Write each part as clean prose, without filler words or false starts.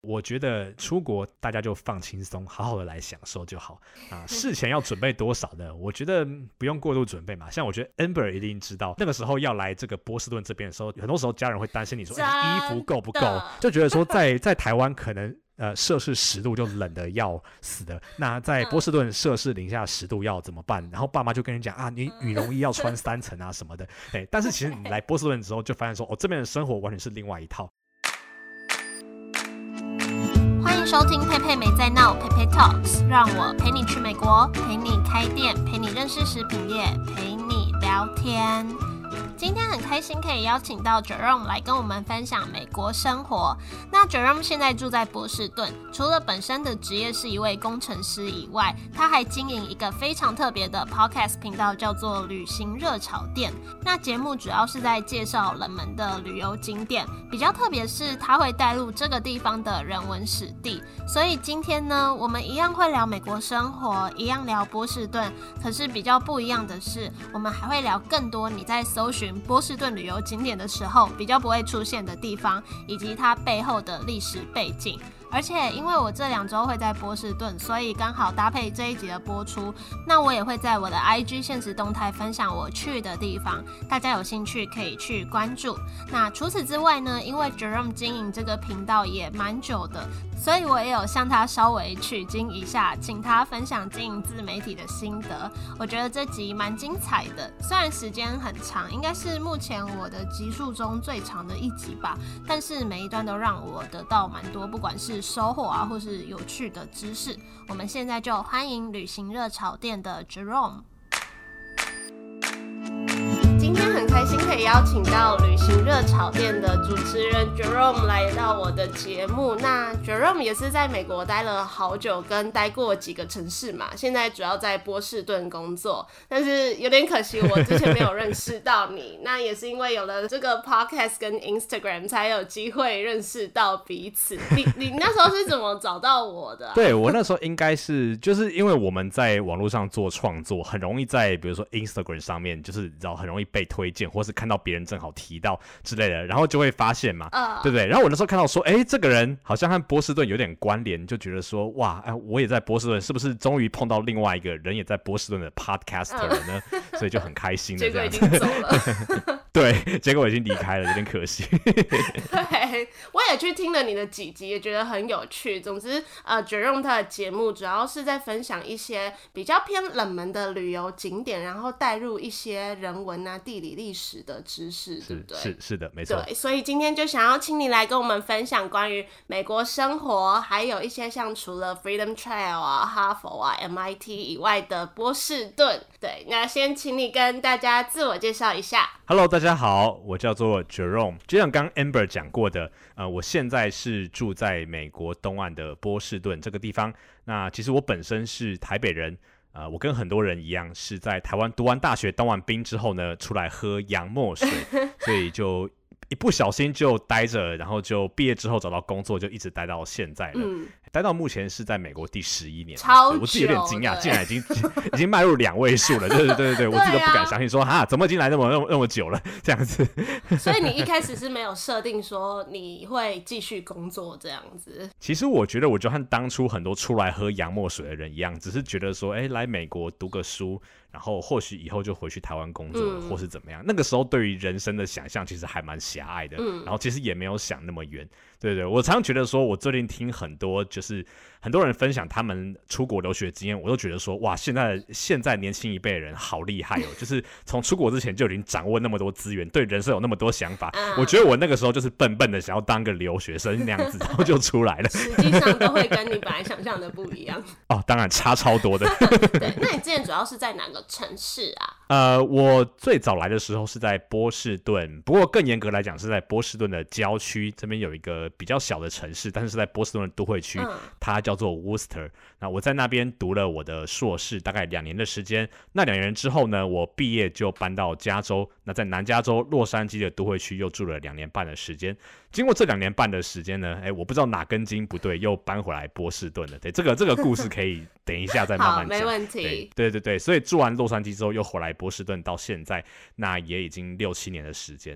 我觉得出国大家就放轻松，好好的来享受就好啊。事前要准备多少呢？我觉得不用过度准备嘛。像我觉得 Amber 一定知道，那个时候要来这个波士顿这边的时候，很多时候家人会担心你说，衣服够不够，就觉得说在台湾可能摄氏10度就冷得要死的，那在波士顿摄氏零下10度要怎么办？然后爸妈就跟你讲啊，你羽绒衣要穿3层啊什么的。但是其实你来波士顿之后就发现说，这边的生活完全是另外一套。 欢迎收听佩佩没在闹，佩佩 Talks， 让我陪你去美国，陪你开店，陪你认识食品业，陪你聊天。今天很开心可以邀请到 Jerome 来跟我们分享美国生活。那 Jerome 现在住在波士顿，除了本身的职业是一位工程师以外，他还经营一个非常特别的 podcast 频道，叫做旅行热炒店。那节目主要是在介绍冷门的旅游景点，比较特别是他会带入这个地方的人文史地。所以今天呢，我们一样会聊美国生活，一样聊波士顿，可是比较不一样的是，我们还会聊更多你在搜寻波士顿旅游景点的时候比较不会出现的地方，以及它背后的历史背景。而且因为我这2周会在波士顿，所以刚好搭配这一集的播出，那我也会在我的 IG 限时动态分享我去的地方，大家有兴趣可以去关注。那除此之外呢，因为 Jerome 经营这个频道也蛮久的，所以我也有向他稍微取经一下，请他分享经营自媒体的心得。我觉得这集蛮精彩的，虽然时间很长，应该是目前我的集数中最长的一集吧，但是每一段都让我得到蛮多，不管是收获啊，或是有趣的知识。我们现在就欢迎旅行热炒店的 Jerome。今天很开心可以邀请到旅行热炒店的主持人 Jerome 来到我的节目。那 Jerome 也是在美国待了好久，跟待过几个城市嘛，现在主要在波士顿工作。但是有点可惜，我之前没有认识到你。那也是因为有了这个 podcast 跟 Instagram 才有机会认识到彼此。你那时候是怎么找到我的对，我那时候应该是就是因为我们在网络上做创作，很容易在比如说 Instagram 上面就是很容易被推荐，或是看到别人正好提到之类的，然后就会发现嘛，对不对？然后我那时候看到说，这个人好像和波士顿有点关联，就觉得说，哇，我也在波士顿，是不是终于碰到另外一个人也在波士顿的 podcaster 了呢？所以就很开心的这样子。 结果已经走了。 对，结果已经离开了，有点可惜。 对，我也去听了你的几集，也觉得很有趣。总之，Jerome 他的节目主要是在分享一些比较偏冷门的旅游景点，然后带入一些人文啊、地理历史的知识，对不对？ 是的，没错。 对，所以今天就想要请你来跟我们分享关于美国生活，还有一些像除了 Freedom Trail 啊、哈佛啊、MIT 以外的波士顿。对，那先请你跟大家自我介绍一下。 Hello， 大家好，我叫做 Jerome。就像刚 Amber 讲过的，我现在是住在美国东岸的波士顿这个地方。那其实我本身是台北人。我跟很多人一样，是在台湾读完大学当完兵之后呢，出来喝洋墨水，所以就一不小心就待着，然后就毕业之后找到工作，就一直待到现在了。待到目前是在美国第11年， 超久的， 我自己有点惊讶，竟然已经迈入2位数了。对，我自己都不敢相信说，怎么已经来那么久了这样子。 所以你一开始是没有设定说你会继续工作这样子？ 其实我觉得我就和当初很多出来喝洋墨水的人一样，只是觉得说，来美国读个书，然后或许以后就回去台湾工作了，或是怎么样。那个时候对于人生的想象其实还蛮狭隘的，然后其实也没有想那么远。对，我常常觉得说，我最近听很多就是很多人分享他们出国留学经验，我都觉得说，哇，现在年轻一辈的人好厉害哦，就是从出国之前就已经掌握那么多资源，对人生有那么多想法。我觉得我那个时候就是笨笨的想要当个留学生那样子，然后就出来了。 实际上都会跟你本来想象的不一样。 当然差超多的。 对，那你之前主要是在哪个城市啊？ 我最早来的时候是在波士顿，不过更严格来讲是在波士顿的郊区，这边有一个比较小的城市，但是在波士顿的都会区，它叫做 Worcester。那我在那边读了我的硕士，大概2年的时间。那2年之后呢，我毕业就搬到加州。那在南加州洛杉矶的都会区又住了2年半的时间。经过这2年半的时间呢，我不知道哪根筋不对，又搬回来波士顿了。对，这个故事可以等一下再慢慢讲。 好，没问题。 对，所以住完洛杉矶之后又回来波士顿，到现在那也已经6-7年的时间了。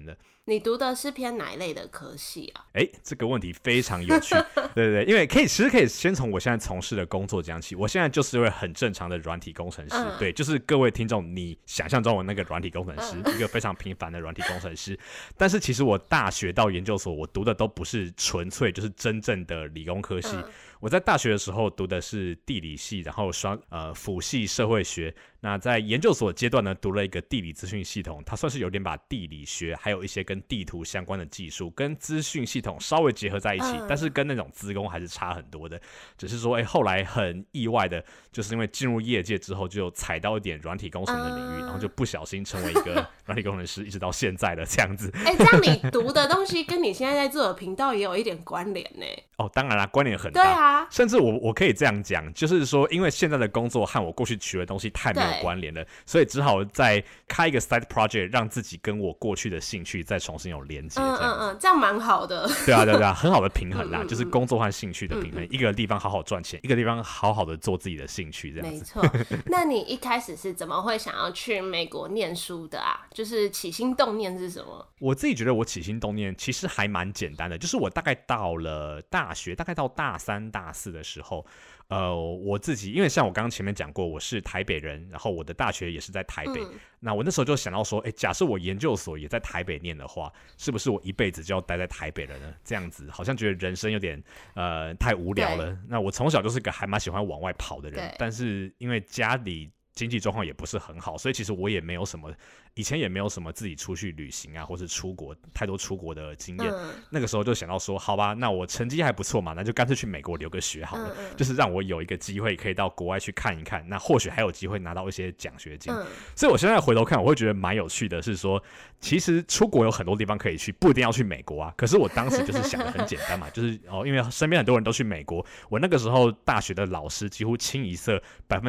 你读的是偏哪一类的科系啊？ 这个问题非常有趣。对对对，因为其实可以先从我现在从事的工作讲起。我现在就是一位很正常的软体工程师，对，就是各位听众你想象中的那个软体工程师，一个非常平凡的软体工程师。但是其实我大学到研究所，我读的都不是纯粹就是真正的理工科系。我在大学的时候读的是地理系，然后辅系社会学。那在研究所阶段呢，读了一个地理资讯系统，它算是有点把地理学还有一些跟地图相关的技术跟资讯系统稍微结合在一起，但是跟那种资工还是差很多的。只是说后来很意外的，就是因为进入业界之后就踩到一点软体工程的领域，然后就不小心成为一个软体工程师，一直到现在的这样子。 这样你读的东西跟你现在在做的频道也有一点关联呢。 当然啦，关联很大。 对啊， 甚至我可以这样讲，就是说，因为现在的工作和我过去学的东西太没有关联了，所以只好再开一个 side project， 让自己跟我过去的兴趣再重新有连接。 这样蛮好的。 对啊，很好的平衡啦，就是工作和兴趣的平衡。一个地方好好赚钱，一个地方好好的做自己的兴趣，这样子。 没错。那你一开始是怎么会想要去美国念书的啊？就是起心动念是什么？ 我自己觉得我起心动念其实还蛮简单的，就是我大概到了大学，大概到大3、大4的时候，我自己因为像我刚刚前面讲过，我是台北人，然后我的大学也是在台北。那我那时候就想到说，假设我研究所也在台北念的话，是不是我一辈子就要待在台北了呢？这样子好像觉得人生有点太无聊了。那我从小就是个还蛮喜欢往外跑的人，但是因为家里经济状况也不是很好，所以其实我也没有什么，以前也没有什么自己出去旅行啊，或是太多出国的经验。那个时候就想到说，好吧，那我成绩还不错嘛，那就干脆去美国留个学好了，就是让我有一个机会可以到国外去看一看，那或许还有机会拿到一些奖学金。所以我现在回头看，我会觉得蛮有趣的是说，其实出国有很多地方可以去，不一定要去美国啊。可是我当时就是想的很简单嘛，就是因为身边很多人都去美国，我那个时候大学的老师几乎清一色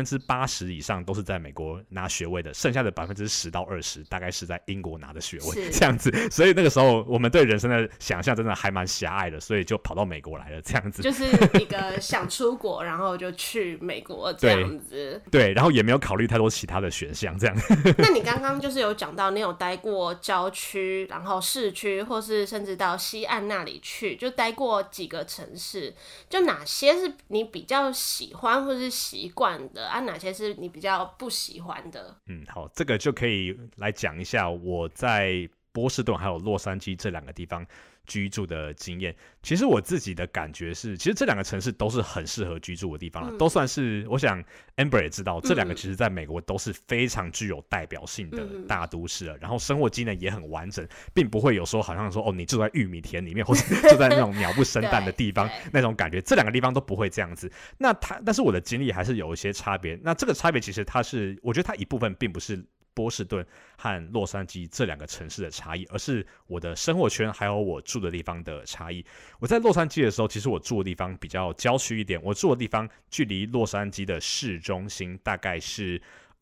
80%以上都是在美国拿学位的，剩下的10%到20%大概是在英国拿的学位，这样子。所以那个时候我们对人生的想象真的还蛮狭隘的，所以就跑到美国来了，这样子。 就是一个想出国，然后就去美国这样子。 对，然后也没有考虑太多其他的选项，这样。 那你刚刚就是有讲到，你有待过郊区，然后市区，或是甚至到西岸那里去，就待过几个城市。就哪些是你比较喜欢或是习惯的啊？哪些是你比较不喜欢的？ 好，这个就可以来讲一下我在波士顿还有洛杉矶这两个地方居住的经验。其实我自己的感觉是，其实这两个城市都是很适合居住的地方都算是，我想 Amber 也知道，这两个其实在美国都是非常具有代表性的大都市了，然后生活机能也很完整，并不会有说好像说你住在玉米田里面，或者住在那种鸟不生蛋的地方那种感觉，这两个地方都不会这样子。但是我的经历还是有一些差别。那这个差别其实我觉得它一部分并不是波士顿和洛杉矶这两个城市的差异，而是我的生活圈还有我住的地方的差异。我在洛杉矶的时候，其实我住的地方比较郊区一点，我住的地方距离洛杉矶的市中心大概是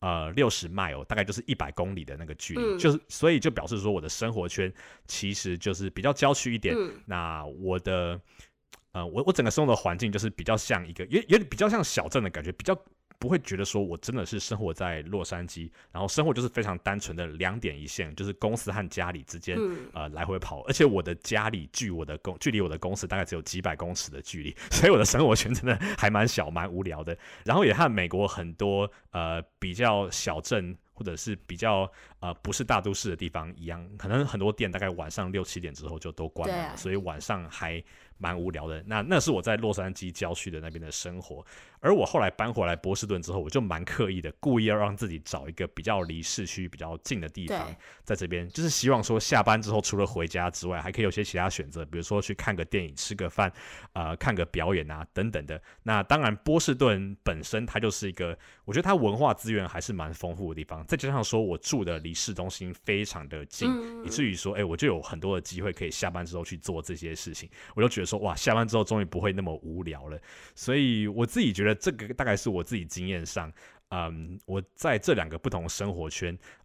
60 mile， 大概就是100公里的那个距离，所以就表示说我的生活圈其实就是比较郊区一点。那我的我整个生活的环境就是比较像一个也比较像小镇的感觉，比较不会觉得说我真的是生活在洛杉矶，然后生活就是非常单纯的2点一线，就是公司和家里之间来回跑，而且我的家里距离我的公司大概只有几百公尺的距离，所以我的生活圈真的还蛮小蛮无聊的。然后也和美国很多比较小镇或者是比较不是大都市的地方一样，可能很多店大概晚上6、7点之后就都关了，所以晚上还蛮无聊的。那是我在洛杉矶郊区的那边的生活。而我后来搬回来波士顿之后，我就蛮刻意的，故意要让自己找一个比较离市区比较近的地方，在这边就是希望说下班之后除了回家之外，还可以有些其他选择，比如说去看个电影、吃个饭、看个表演啊等等的。那当然波士顿本身它就是一个，我觉得它文化资源还是蛮丰富的地方，再加上说我住的离市中心非常的近，以至于说我就有很多的机会可以下班之后去做这些事情。我就觉得说哇，下班之后终于不会那么无聊了。所以我自己觉得这个大概是我自己经验上我在这两个不同生活圈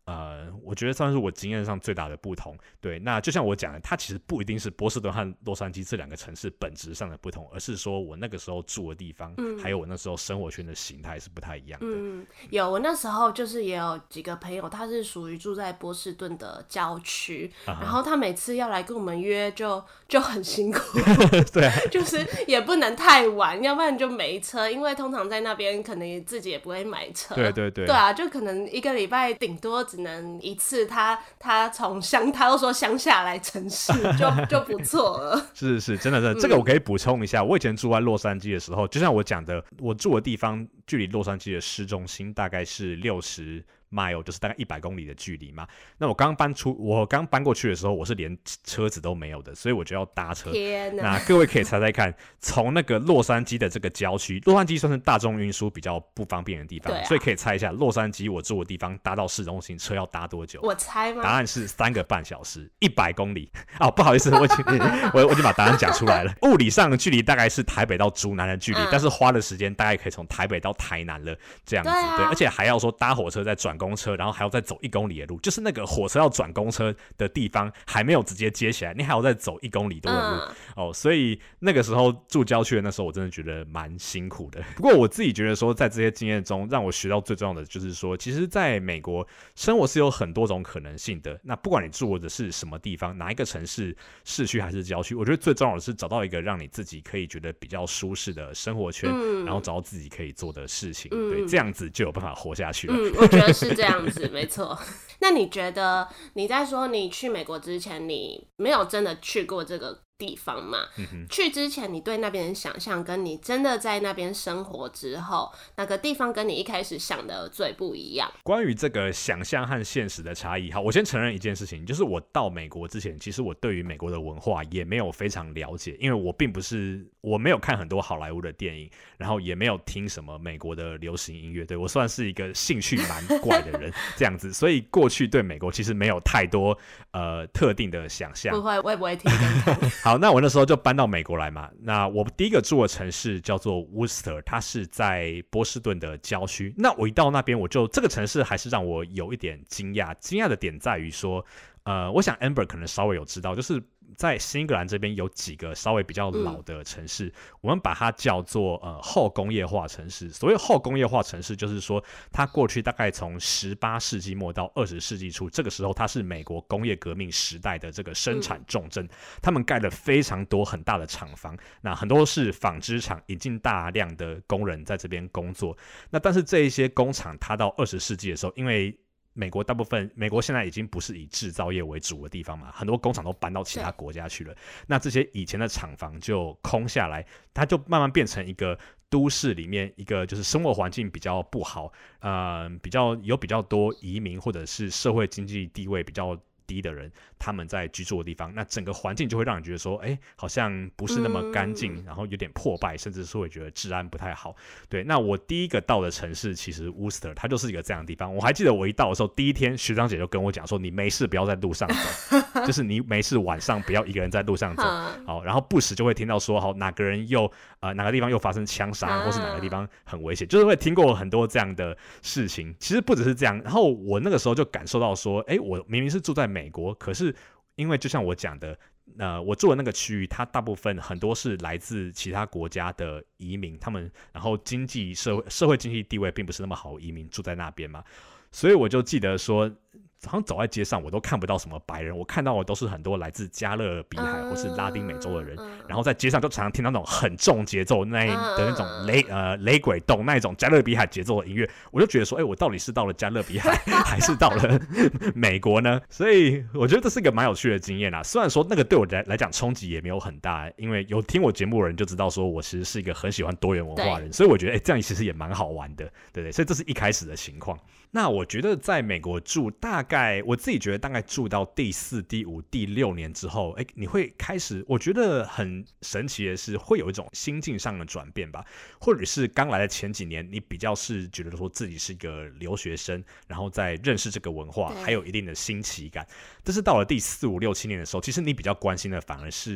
我觉得算是我经验上最大的不同。对，那就像我讲的，它其实不一定是波士顿和洛杉矶这两个城市本质上的不同，而是说我那个时候住的地方，还有我那时候生活圈的形态是不太一样的。 有，我那时候就是也有几个朋友，他是属于住在波士顿的郊区，然后他每次要来跟我们约就很辛苦， 对啊， 就是也不能太晚，要不然就没车，因为通常在那边可能自己也不会买车。对啊，就可能一个礼拜顶多只能一次他从他都说乡下来城市就不错了。 是真的这个我可以补充一下，我以前住在洛杉矶的时候，就像我讲的，我住的地方距离洛杉矶的市中心大概是60 mile， 就是大概100公里的距离嘛。那我刚搬过去的时候，我是连车子都没有的，所以我就要搭车。 天哪！ 那各位可以猜猜看，从那个洛杉矶的这个郊区，洛杉矶算是大众运输比较不方便的地方，所以可以猜一下，洛杉矶我住的地方搭到市中心车要搭多久？ 我猜吗？ 答案是3个半小时，100公里。哦，不好意思，我已经把答案讲出来了。物理上的距离大概是台北到竹南的距离，但是花的时间大概可以从台北到台南了，这样子。对，而且还要说搭火车再转公车，然后还要再走1公里的路，就是那个火车要转公车的地方还没有直接接起来，你还要再走1公里多的路。所以那个时候住郊区的那时候，我真的觉得蛮辛苦的。不过我自己觉得说，在这些经验中，让我学到最重要的就是说，其实在美国生活是有很多种可能性的。那不管你住的是什么地方，哪一个城市，市区还是郊区，我觉得最重要的是找到一个让你自己可以觉得比较舒适的生活圈，然后找到自己可以做的事情，对，这样子就有办法活下去了。 我觉得是这样子，没错。那你觉得你在说你去美国之前，你没有真的去过这个地方嘛？去之前你对那边的想象，跟你真的在那边生活之后，哪个地方跟你一开始想的最不一样？ 关于这个想象和现实的差异，好，我先承认一件事情，就是我到美国之前，其实我对于美国的文化也没有非常了解，因为我没有看很多好莱坞的电影，然后也没有听什么美国的流行音乐，对，我算是一个兴趣蛮怪的人这样子，所以过去对美国其实没有太多特定的想象。 不会，我也不会听好，那我那时候就搬到美国来嘛。那我第一个住的城市叫做 Worcester， 它是在波士顿的郊区。那我一到那边，这个城市还是让我有一点惊讶的点在于说，我想 Amber 可能稍微有知道，就是在新英格兰这边有几个稍微比较老的城市，我们把它叫做后工业化城市。所谓后工业化城市，就是说它过去大概从18世纪末到20世纪初，这个时候它是美国工业革命时代的这个生产重镇，他们盖了非常多很大的厂房，那很多是纺织厂，引进大量的工人在这边工作。那但是这一些工厂，它到20世纪的时候，因为美国现在已经不是以制造业为主的地方嘛，很多工厂都搬到其他国家去了。那这些以前的厂房就空下来，它就慢慢变成一个都市里面一个就是生活环境比较不好，比较多移民或者是社会经济地位比较低的人，他们在居住的地方，那整个环境就会让你觉得说，好像不是那么干净，然后有点破败，甚至是会觉得治安不太好。对，那我第一个到的城市其实 Worcester， 它就是一个这样的地方。我还记得我一到的时候，第一天学长姐就跟我讲说，你没事不要在路上走，就是你没事晚上不要一个人在路上走。好，然后不时就会听到说，好，哪个地方又发生枪杀，或是哪个地方很危险，就是会听过很多这样的事情。其实不只是这样，然后我那个时候就感受到说，我明明是住在美国，可是因为就像我讲的，我住的那个区域，它大部分很多是来自其他国家的移民，他们然后社会经济地位并不是那么好，移民住在那边嘛，所以我就记得说，好像走在街上我都看不到什么白人，我看到的都是很多来自加勒比海或是拉丁美洲的人，然后在街上就常常听到那种很重节奏的那种雷鬼动那一种加勒比海节奏的音乐，我就觉得说，我到底是到了加勒比海还是到了美国呢？所以我觉得这是一个蛮有趣的经验啦。虽然说那个对我来讲冲击也没有很大，因为有听我节目的人就知道说我其实是一个很喜欢多元文化的人，所以我觉得这样其实也蛮好玩的，对不对？所以这是一开始的情况。那我觉得在美国住我自己觉得大概住到第4、第5、第6年之后，你会开始，我觉得很神奇的是会有一种心境上的转变吧，或者是刚来的前几年，你比较是觉得说自己是一个留学生，然后在认识这个文化，还有一定的新奇感。但是到了第4、5、6、7年的时候，其实你比较关心的反而是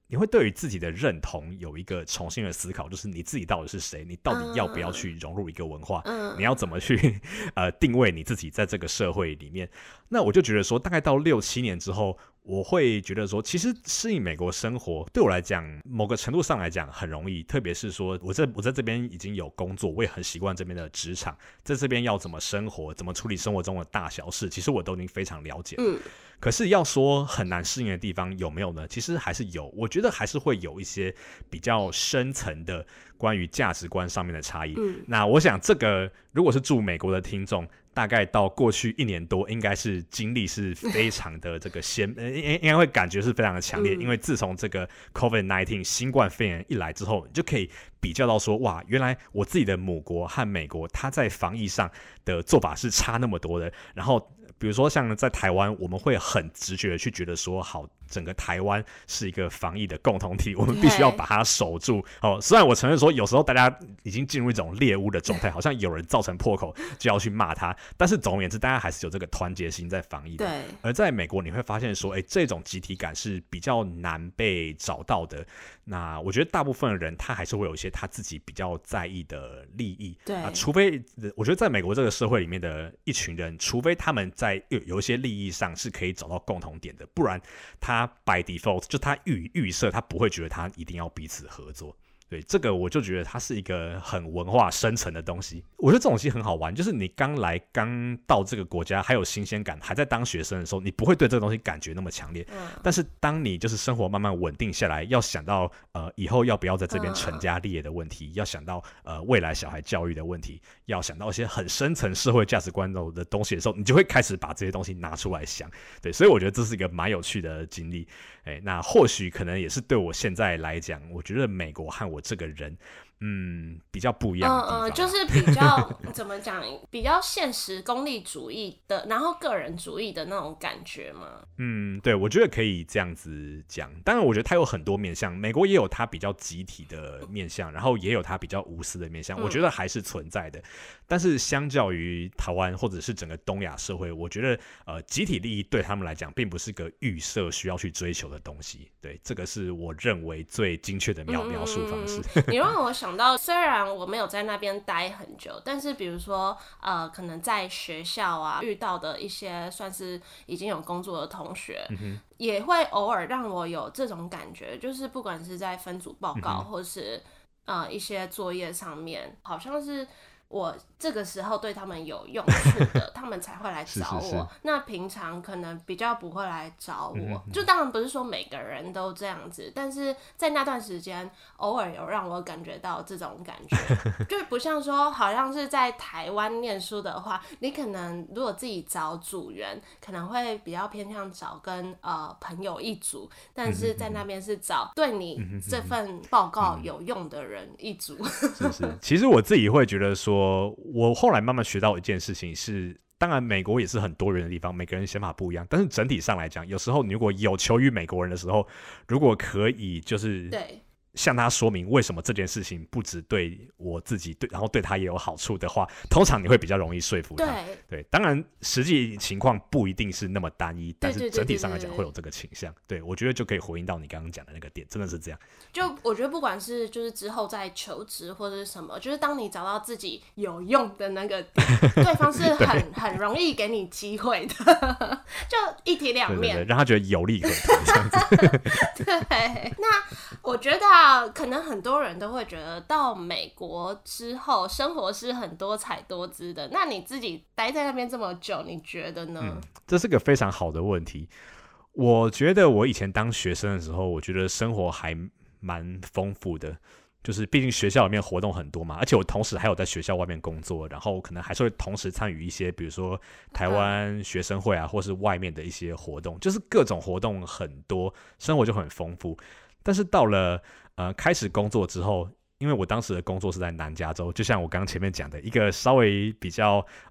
你会对于自己的认同有一个重新的思考，就是你自己到底是谁，你到底要不要去融入一个文化，你要怎么去定位你自己在这个社会里面。那我就觉得说，大概到6-7年之后，我会觉得说，其实适应美国生活对我来讲，某个程度上来讲很容易，特别是说我在这边已经有工作，我也很习惯这边的职场，在这边要怎么生活，怎么处理生活中的大小事，其实我都已经非常了解。可是要说很难适应的地方有没有呢？其实还是有，我觉得还是会有一些比较深层的关于价值观上面的差异。那我想这个如果是住美国的听众，大概到过去1年多，应该是经历是非常的这个应该会感觉是非常的强烈，因为自从这个 COVID-19 新冠肺炎一来之后，你就可以比较到说，哇，原来我自己的母国和美国，它在防疫上的做法是差那么多的。然后比如说像在台湾，我们会很直觉的去觉得说，好，整个台湾是一个防疫的共同体，我们必须要把它守住。虽然我承认说有时候大家已经进入一种猎巫的状态，好像有人造成破口就要去骂他，但是总而言之，大家还是有这个团结心在防疫的。对。而在美国你会发现说，这种集体感是比较难被找到的。那我觉得大部分的人他还是会有一些他自己比较在意的利益。对。除非我觉得在美国这个社会里面的一群人，除非他们在有一些利益上是可以找到共同点的，不然他 by default 就他预设他不会觉得他一定要彼此合作。对，这个我就觉得它是一个很文化深层的东西。我觉得这种东西很好玩，就是你刚到这个国家还有新鲜感，还在当学生的时候，你不会对这个东西感觉那么强烈。但是当你就是生活慢慢稳定下来，要想到以后要不要在这边成家立业的问题，要想到未来小孩教育的问题，要想到一些很深层社会价值观的东西的时候，你就会开始把这些东西拿出来想。对，所以我觉得这是一个蛮有趣的经历。那或许可能也是对我现在来讲，我觉得美国和我这个人比较不一样的地方。 就是比较怎么讲，比较现实功利主义的，然后个人主义的那种感觉嘛。 对，我觉得可以这样子讲。当然我觉得它有很多面向，美国也有它比较集体的面向，然后也有它比较无私的面向，我觉得还是存在的。但是相较于台湾或者是整个东亚社会，我觉得集体利益对他们来讲并不是个预设需要去追求的东西。对，这个是我认为最精确的描述方式。 你让我想到，虽然我没有在那边待很久，但是比如说可能在学校啊遇到的一些算是已经有工作的同学，也会偶尔让我有这种感觉，就是不管是在分组报告或是一些作业上面，好像是我这个时候对他们有用处的他们才会来找我。是那平常可能比较不会来找我，就当然不是说每个人都这样子，但是在那段时间偶尔有让我感觉到这种感觉。就不像说好像是在台湾念书的话，你可能如果自己找组员可能会比较偏向找跟朋友一组，但是在那边是找对你这份报告有用的人一组。 是其实我自己会觉得说，我后来慢慢学到一件事情是，当然美国也是很多元的地方，每个人想法不一样，但是整体上来讲，有时候你如果有求于美国人的时候，如果可以就是对向他说明为什么这件事情不只对我自己然后对他也有好处的话，通常你会比较容易说服他。对，当然实际情况不一定是那么单一，但是整体上来讲会有这个倾向。对，我觉得就可以回应到你刚刚讲的那个点，真的是这样。 就我觉得不管是就是之后在求职或者是什么，就是当你找到自己有用的那个点，对方是很容易给你机会的，就一体两面， 对，让他觉得有利可图这样子。 对，那我觉得可能很多人都会觉得到美国之后生活是很多彩多姿的，那你自己待在那边这么久，你觉得呢？ 这是个非常好的问题。我觉得我以前当学生的时候，我觉得生活还蛮丰富的，就是毕竟学校里面活动很多嘛，而且我同时还有在学校外面工作，然后可能还是会同时参与一些比如说台湾学生会啊，或是外面的一些活动，就是各种活动很多，生活就很丰富。但是到了开始工作之后，因为我当时的工作是在南加州，就像我刚刚前面讲的一个稍微比较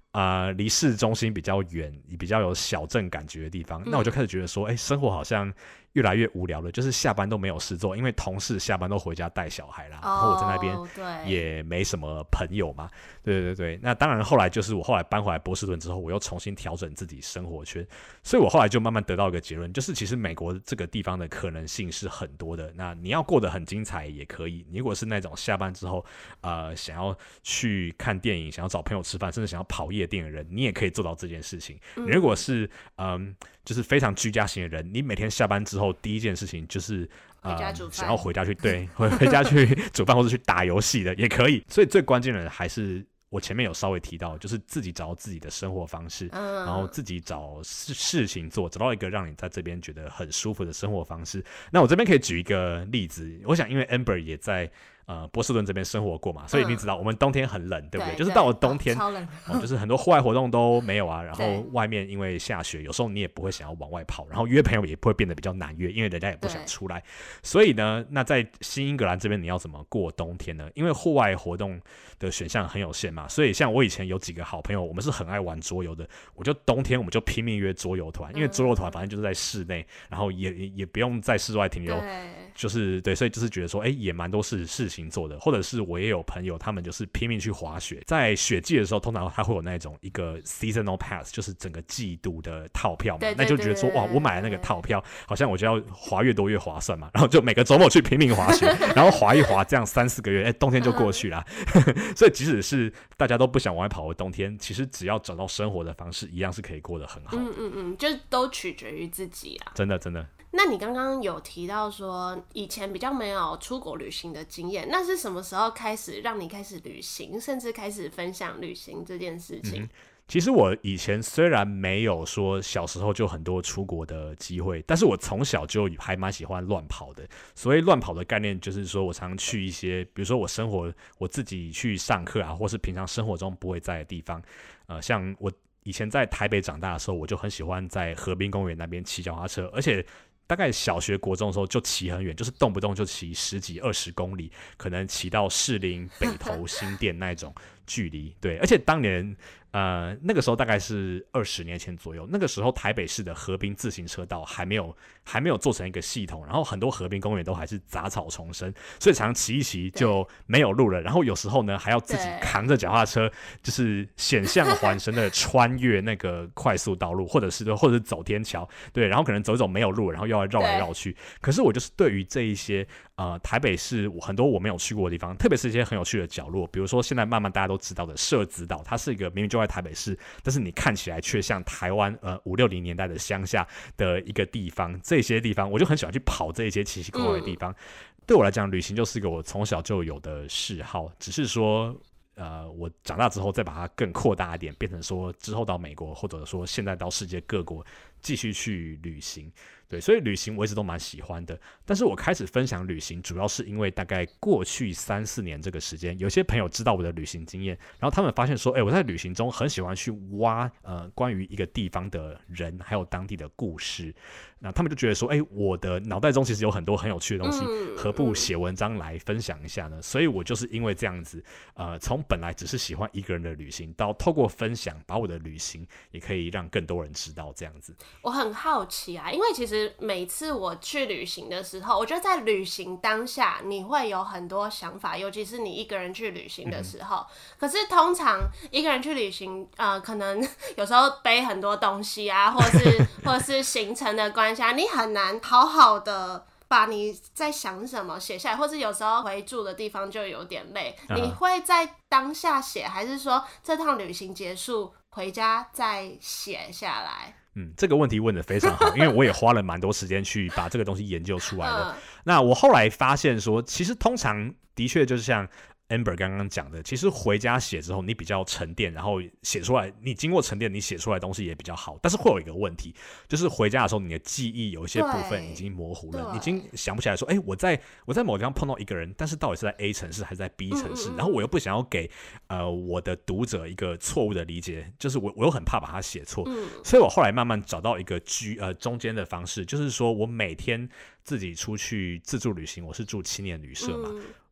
离市中心比较远，比较有小镇感觉的地方，那我就开始觉得说，生活好像越来越无聊了，就是下班都没有事做，因为同事下班都回家带小孩啦，然后我在那边也没什么朋友嘛，对。那当然后来就是我后来搬回来波士顿之后，我又重新调整自己生活圈，所以我后来就慢慢得到一个结论，就是其实美国这个地方的可能性是很多的。那你要过得很精彩也可以，你如果是那种下班之后想要去看电影，想要找朋友吃饭，甚至想要跑夜店的人，你也可以做到这件事情。你如果是就是非常居家型的人，你每天下班之后第一件事情就是想要回家去回家去煮饭或者去打游戏的也可以。所以最关键的还是我前面有稍微提到，就是自己找到自己的生活方式，然后自己找事情做，找到一个让你在这边觉得很舒服的生活方式。那我这边可以举一个例子，我想因为 Amber 也在波士顿这边生活过嘛，所以你知道我们冬天很冷，对不对？就是到了冬天， 超冷就是很多户外活动都没有啊，然后外面因为下雪，有时候你也不会想要往外跑，然后约朋友也会变得比较难约，因为人家也不想出来。所以呢，那在新英格兰这边你要怎么过冬天呢？因为户外活动的选项很有限嘛，所以像我以前有几个好朋友，我们是很爱玩桌游的，冬天我们就拼命约桌游团，因为桌游团反正就是在室内，然后也不用在室外停留，就是对，所以就是觉得说，也蛮多事情做的。或者是我也有朋友，他们就是拼命去滑雪，在雪季的时候，通常他会有那种一个 seasonal pass， 就是整个季度的套票嘛，那就觉得说，哇，我买了那个套票，好像我就要滑越多越划算嘛，然后就每个周末去拼命滑雪，然后滑一滑，这样3-4个月，冬天就过去了。所以即使是大家都不想往外跑的冬天，其实只要找到生活的方式，一样是可以过得很好的。 就是都取决于自己啦。 真的。 那你刚刚有提到说以前比较没有出国旅行的经验，那是什么时候开始让你开始旅行，甚至开始分享旅行这件事情？ 其实我以前虽然没有说小时候就很多出国的机会，但是我从小就还蛮喜欢乱跑的。所以乱跑的概念就是说我常去一些，比如说我自己去上课啊，或是平常生活中不会在的地方。像我以前在台北长大的时候，我就很喜欢在河滨公园那边骑脚踏车，而且大概小学国中的时候就骑很远，就是动不动就骑10几20公里，可能骑到士林、北投、新店那种距离。对，而且当年那个时候大概是20年前左右，那个时候台北市的河滨自行车道还没有做成一个系统，然后很多河滨公园都还是杂草丛生，所以常常骑一骑就没有路了，然后有时候呢还要自己扛着脚踏车，就是险象环生的穿越那个快速道路，或者是走天桥，对，然后可能走一走没有路，然后又要绕来绕去。可是我就是对于这一些台北市很多我没有去过的地方，特别是一些很有趣的角落，比如说现在慢慢大家都知道的社子岛，它是一个明明就在台北市，但是你看起来却像台湾50-60年代的乡下的一个地方，这些地方我就很喜欢去跑这些奇奇怪怪的地方。对我来讲，旅行就是一个我从小就有的嗜好，只是说我长大之后再把它更扩大一点，变成说之后到美国，或者说现在到世界各国继续去旅行。对，所以旅行我一直都蛮喜欢的，但是我开始分享旅行主要是因为大概过去3-4年这个时间，有些朋友知道我的旅行经验，然后他们发现说，我在旅行中很喜欢去挖关于一个地方的人还有当地的故事，那他们就觉得说，我的脑袋中其实有很多很有趣的东西，何不写文章来分享一下呢？所以我就是因为这样子，从本来只是喜欢一个人的旅行，到透过分享把我的旅行也可以让更多人知道这样子。 我很好奇啊，因为其实每次我去旅行的时候，我觉得在旅行当下你会有很多想法，尤其是你一个人去旅行的时候。可是通常一个人去旅行，可能有时候背很多东西啊，或者是行程的关系啊，你很难好好的把你在想什么写下来，或是有时候回住的地方就有点累。你会在当下写，还是说这趟旅行结束回家再写下来？ 这个问题问得非常好，因为我也花了蛮多时间去把这个东西研究出来的。那我后来发现说，其实通常的确就是像Amber 刚刚讲的，其实回家写之后你比较沉淀，然后写出来，你经过沉淀你写出来的东西也比较好。但是会有一个问题，就是回家的时候你的记忆有一些部分已经模糊了，已经想不起来说，我在某地方碰到一个人，但是到底是在 A 城市还是在 B 城市，然后我又不想要给我的读者一个错误的理解，就是我又很怕把它写错，所以我后来慢慢找到一个中间的方式，就是说我每天自己出去自助旅行，我是住青年旅社嘛，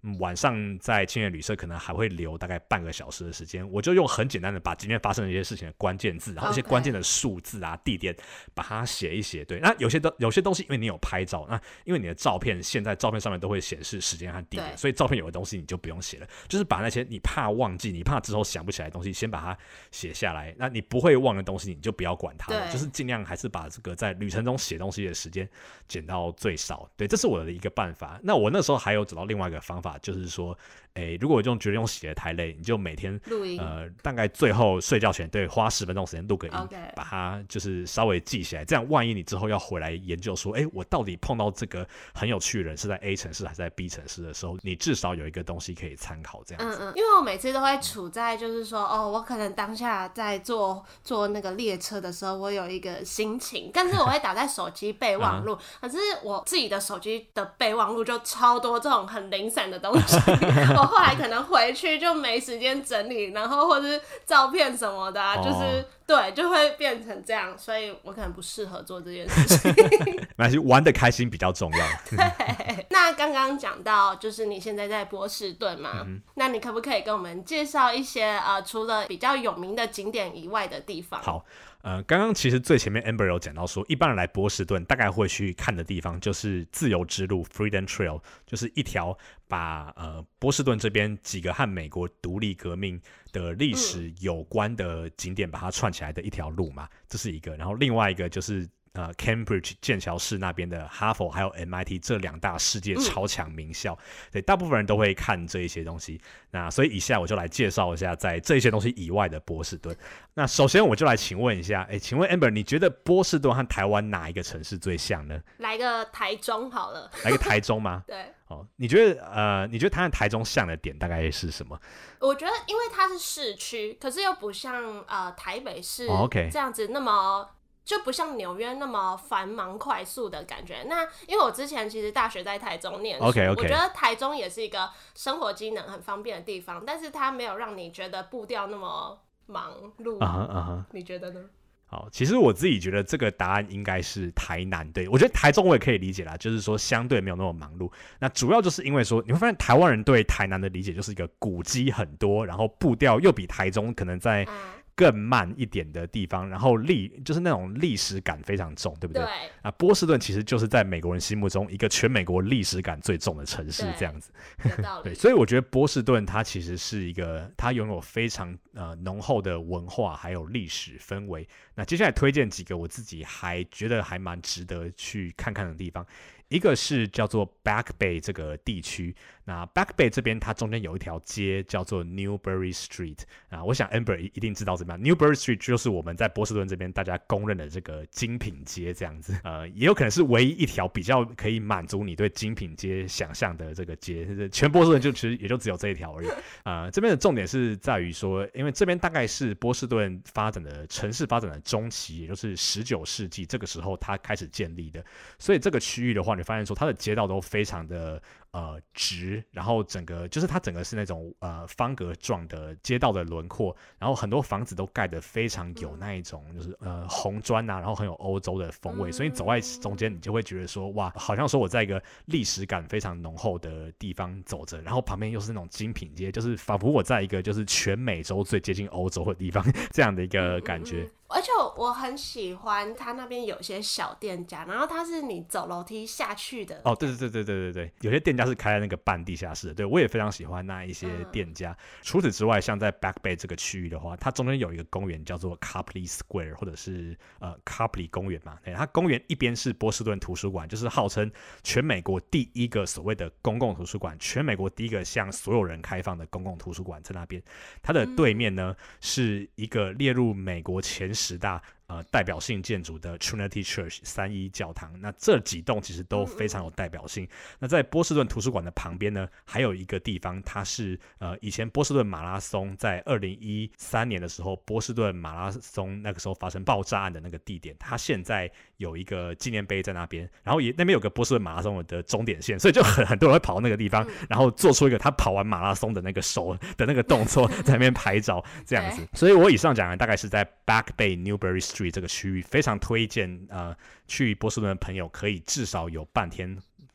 晚上在青年旅社可能还会留大概半个小时的时间，我就用很简单的把今天发生的一些事情的关键字，然后一些关键的数字啊、地点，把它写一写。对，那有些东西因为你有拍照，那因为你的照片现在照片上面都会显示时间和地点，所以照片有的东西你就不用写了，就是把那些你怕忘记、你怕之后想不起来的东西，先把它写下来。那你不会忘的东西，你就不要管它了，就是尽量还是把这个在旅程中写东西的时间减到最少。对，这是我的一个办法。那我那时候还有找到另外一个方法，就是说，如果觉得用写的太累，你就每天录音， 大概最后睡觉前，对，花10分钟时间录个音，把它就是稍微记起来。这样，万一你之后要回来研究说，我到底碰到这个很有趣的人是在 A 城市还是在 B 城市的时候，你至少有一个东西可以参考。这样子， 因为我每次都会处在就是说，我可能当下在坐那个列车的时候，我有一个心情，但是我会打在手机备忘录，可是我自己的手机的备忘录就超多这种很零散的东西，我后来可能回去就没时间整理，然后或是照片什么的就是对，就会变成这样，所以我可能不适合做这件事情。 没关系，玩得开心比较重要。 对，那刚刚讲到就是你现在在波士顿嘛，那你可不可以跟我们介绍一些除了比较有名的景点以外的地方？ 好。刚刚其实最前面 Amber 有讲到说，一般人来波士顿大概会去看的地方就是自由之路 Freedom Trail， 就是一条把波士顿这边几个和美国独立革命的历史有关的景点把它串起来的一条路嘛，这是一个。然后另外一个就是Cambridge 剑桥市那边的哈佛还有 MIT 这2大世界超强名校，对，大部分人都会看这一些东西。那所以以下我就来介绍一下在这些东西以外的波士顿。那首先我就来请问一下，请问 Amber， 你觉得波士顿和台湾哪一个城市最像呢？ 来个台中好了。 来个台中吗？ 对。 你觉得它和台中像的点大概是什么？ 我觉得因为它是市区，可是又不像台北市这样子那么。就不像纽约那么繁忙快速的感觉。那因为我之前其实大学在台中念书， 我觉得台中也是一个生活机能很方便的地方，但是它没有让你觉得步调那么忙碌。你觉得呢？ 好，其实我自己觉得这个答案应该是台南。对，我觉得台中我也可以理解啦，就是说相对没有那么忙碌。那主要就是因为说，你会发现台湾人对台南的理解就是一个古迹很多，然后步调又比台中可能在更慢一点的地方，然后就是那种历史感非常重，对不对？对。波士顿其实就是在美国人心目中一个全美国历史感最重的城市，这样子。对，所以我觉得波士顿它其实是一个，它拥有非常浓厚的文化还有历史氛围。那接下来推荐几个我自己还觉得还蛮值得去看看的地方。一个是叫做 Back Bay 这个地区，那 Back Bay 这边它中间有一条街叫做 Newbury Street 我想 Amber 一定知道怎么样。Newbury Street 就是我们在波士顿这边大家公认的这个精品街这样子，也有可能是唯一一条比较可以满足你对精品街想象的这个街，全波士顿就其实也就只有这一条而已。这边的重点是在于说，因为这边大概是波士顿城市发展的中期，也就是19世纪这个时候它开始建立的，所以这个区域的话，你发现说它的街道都非常的直，然后它整个是那种方格状的街道的轮廓，然后很多房子都盖得非常有那一种就是红砖然后很有欧洲的风味，所以你走在中间，你就会觉得说哇，好像说我在一个历史感非常浓厚的地方走着，然后旁边又是那种精品街，就是仿佛我在一个就是全美洲最接近欧洲的地方这样的一个感觉。 而且我很喜欢它那边有些小店家，然后它是你走楼梯下去的。 对，有些店家是开在那个半地下室的，对，我也非常喜欢那一些店家。除此之外，像在 Back Bay 这个区域的话，它中间有一个公园叫做 Copley Square 或者是Copley 公园嘛。对，它公园一边是波士顿图书馆，就是号称全美国第一个所谓的公共图书馆，全美国第一个向所有人开放的公共图书馆在那边。它的对面呢是一个列入美国前10大代表性建筑的 Trinity Church 3一教堂，那这几栋其实都非常有代表性。那在波士顿图书馆的旁边呢，还有一个地方，它是以前波士顿马拉松在2013年的时候，波士顿马拉松那个时候发生爆炸案的那个地点，它现在有一个纪念碑在那边，然后那边有个波士顿马拉松的终点线，所以就很多人会跑到那个地方，然后做出一个他跑完马拉松的那个手的那个动作，在那边拍照这样子。所以我以上讲的大概是在 Back Bay Newbury Street 这个区域，非常推荐去波士顿的朋友可以至少有半天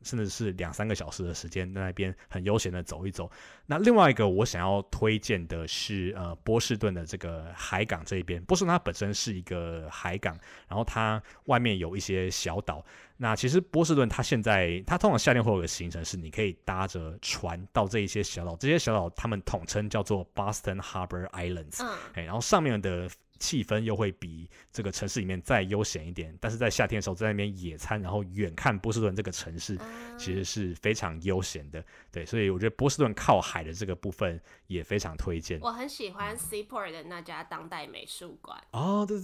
甚至是2-3个小时的时间，在那边很悠闲的走一走。那另外一个我想要推荐的是波士顿的这个海港这一边。波士顿它本身是一个海港，然后它外面有一些小岛。那其实波士顿它通常夏天会有个行程是你可以搭着船到这一些小岛，这些小岛他们统称叫做 Boston Harbor Islands，然后上面的气氛又会比这个城市里面再悠闲一点，但是在夏天的时候在那边野餐，然后远看波士顿这个城市，其实是非常悠闲的。对，所以我觉得波士顿靠海的这个部分也非常推荐。 我很喜欢 Seaport 的那家当代美术馆。 哦，对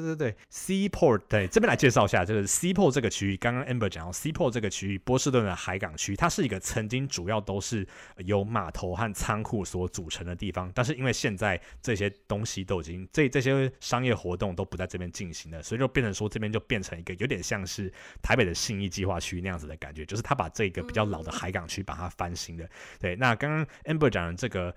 Seaport， 对，这边来介绍一下这个 Seaport 这个区域。刚刚 Amber 讲到 Seaport 这个区域，波士顿的海港区，它是一个曾经主要都是由码头和仓库所组成的地方，但是因为现在这些东西都已经这些商业活动都不在这边进行了，所以就变成说这边就变成一个有点像是台北的信义计划区那样子的感觉，就是他把这个比较老的海港区把它翻新了。对，那刚刚 Amber 讲的这个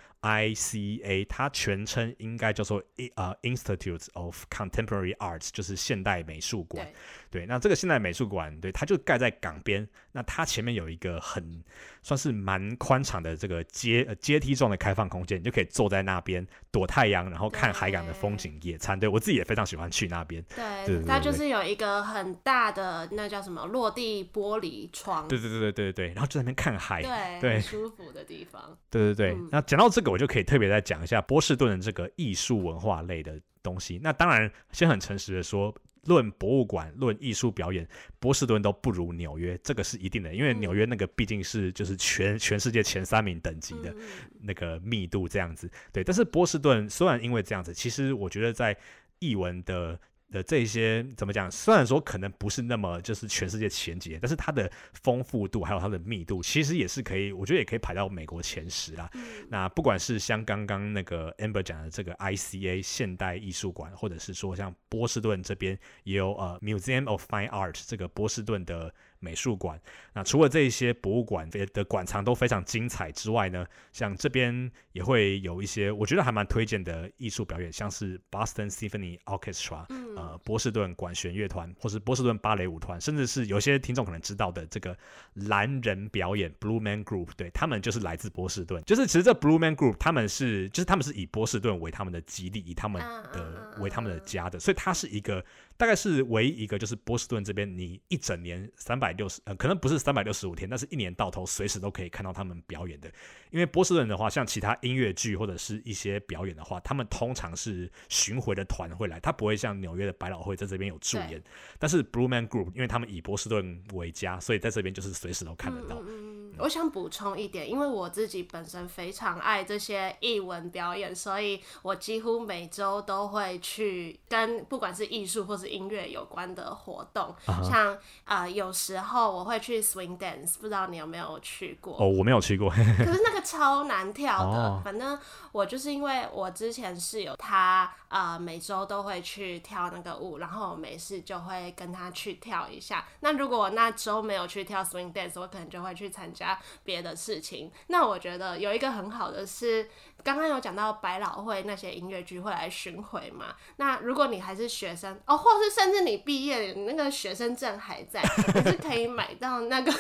ICA， 它全称应该叫做Institute of Contemporary Arts， 就是现代美术馆。对，那这个现代美术馆，对，它就盖在港边。那它前面有一个算是蛮宽敞的这个阶梯状的开放空间，你就可以坐在那边躲太阳，然后看海港的风景、野餐。对，我自己也非常喜欢去那边。 对，它就是有一个很大的那叫什么落地玻璃窗。 对，然后就在那边看海，对， 很舒服的地方。 对，那讲到这个，我就可以特别再讲一下波士顿的这个艺术文化类的东西。那当然，先很诚实的说，论博物馆、论艺术表演，波士顿都不如纽约，这个是一定的。因为纽约那个毕竟是就是全世界前3名等级的那个密度这样子。对，但是波士顿虽然因为这样子，其实我觉得在艺文的这些怎么讲？虽然说可能不是那么就是全世界前几，但是它的丰富度还有它的密度，其实也是可以，我觉得也可以排到美国前10啦。那不管是像刚刚那个 Amber 讲的这个 ICA 现代艺术馆，或者是说像波士顿这边也有Museum of Fine Art 这个波士顿的美术馆。那除了这些博物馆的馆藏都非常精彩之外呢，像这边也会有一些我觉得还蛮推荐的艺术表演，像是 Boston Symphony Orchestra，波士顿管弦乐团，或是波士顿芭蕾舞团，甚至是有些听众可能知道的这个蓝人表演 Blue Man Group， 对，他们就是来自波士顿。就是其实这 Blue Man Group 他们是以波士顿为他们的基地，以他们的为他们的家的，所以它是一个大概是唯一一个就是波士顿这边你一整年可能不是365天，但是一年到头随时都可以看到他们表演的。因为波士顿的话，像其他音乐剧或者是一些表演的话，他们通常是巡回的团会来，他不会像纽约的百老汇在这边有驻演。但是 Blue Man Group 因为他们以波士顿为家，所以在这边就是随时都看得到。 我想补充一点，因为我自己本身非常爱这些艺文表演，所以我几乎每周都会去跟不管是艺术或是音乐有关的活动。像有时候我会去 swing dance， 不知道你有没有去过？哦， 我没有去过。可是那个超难跳的。反正我就是因为我之前室友他每周都会去跳那个舞，然后我没事就会跟他去跳一下。那如果我那周没有去跳 swing dance， 我可能就会去参加别的事情。那我觉得有一个很好的是，刚刚有讲到百老汇那些音乐剧会来巡回嘛，那如果你还是学生或是甚至你毕业你那个学生证还在，你是可以买到那个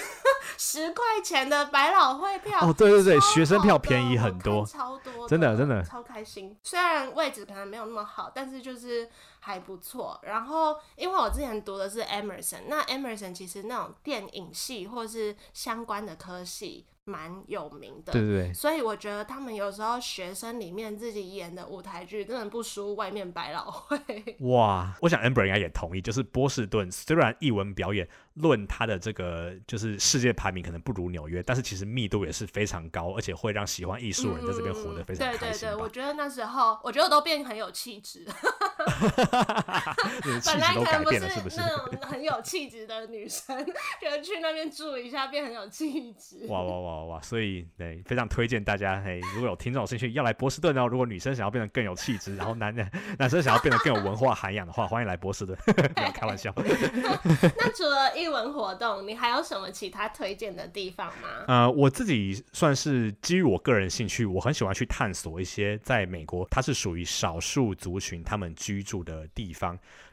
10块钱的百老汇票。 对，学生票便宜很多， 超多的， 真的超开心。虽然位置可能没有那么好，但是就是还不错。然后因为我之前读的是 Emerson， 那 Emerson 其实那种电影系或是相关的科系蛮有名的， 对， 所以我觉得他们有时候学生里面自己演的舞台剧真的不输外面百老汇。 哇，我想 Amber 应该也同意，就是波士顿虽然艺文表演论它的这个就是世界排名可能不如纽约，但是其实密度也是非常高，而且会让喜欢艺术人在这边活得非常开心。 对，我觉得那时候我都变很有气质。 本来可能不是那种很有气质的女生，就去那边住一下变很有气质。 哇，所以对，非常推荐大家，如果有听众有兴趣要来波士顿哦，如果女生想要变得更有气质，然后男生想要变得更有文化涵养的话，欢迎来波士顿。没有开玩笑。 那除了艺文活动，你还有什么其他推荐的地方吗？ 我自己算是基于我个人兴趣，我很喜欢去探索一些在美国它是属于少数族群他们居住的地方。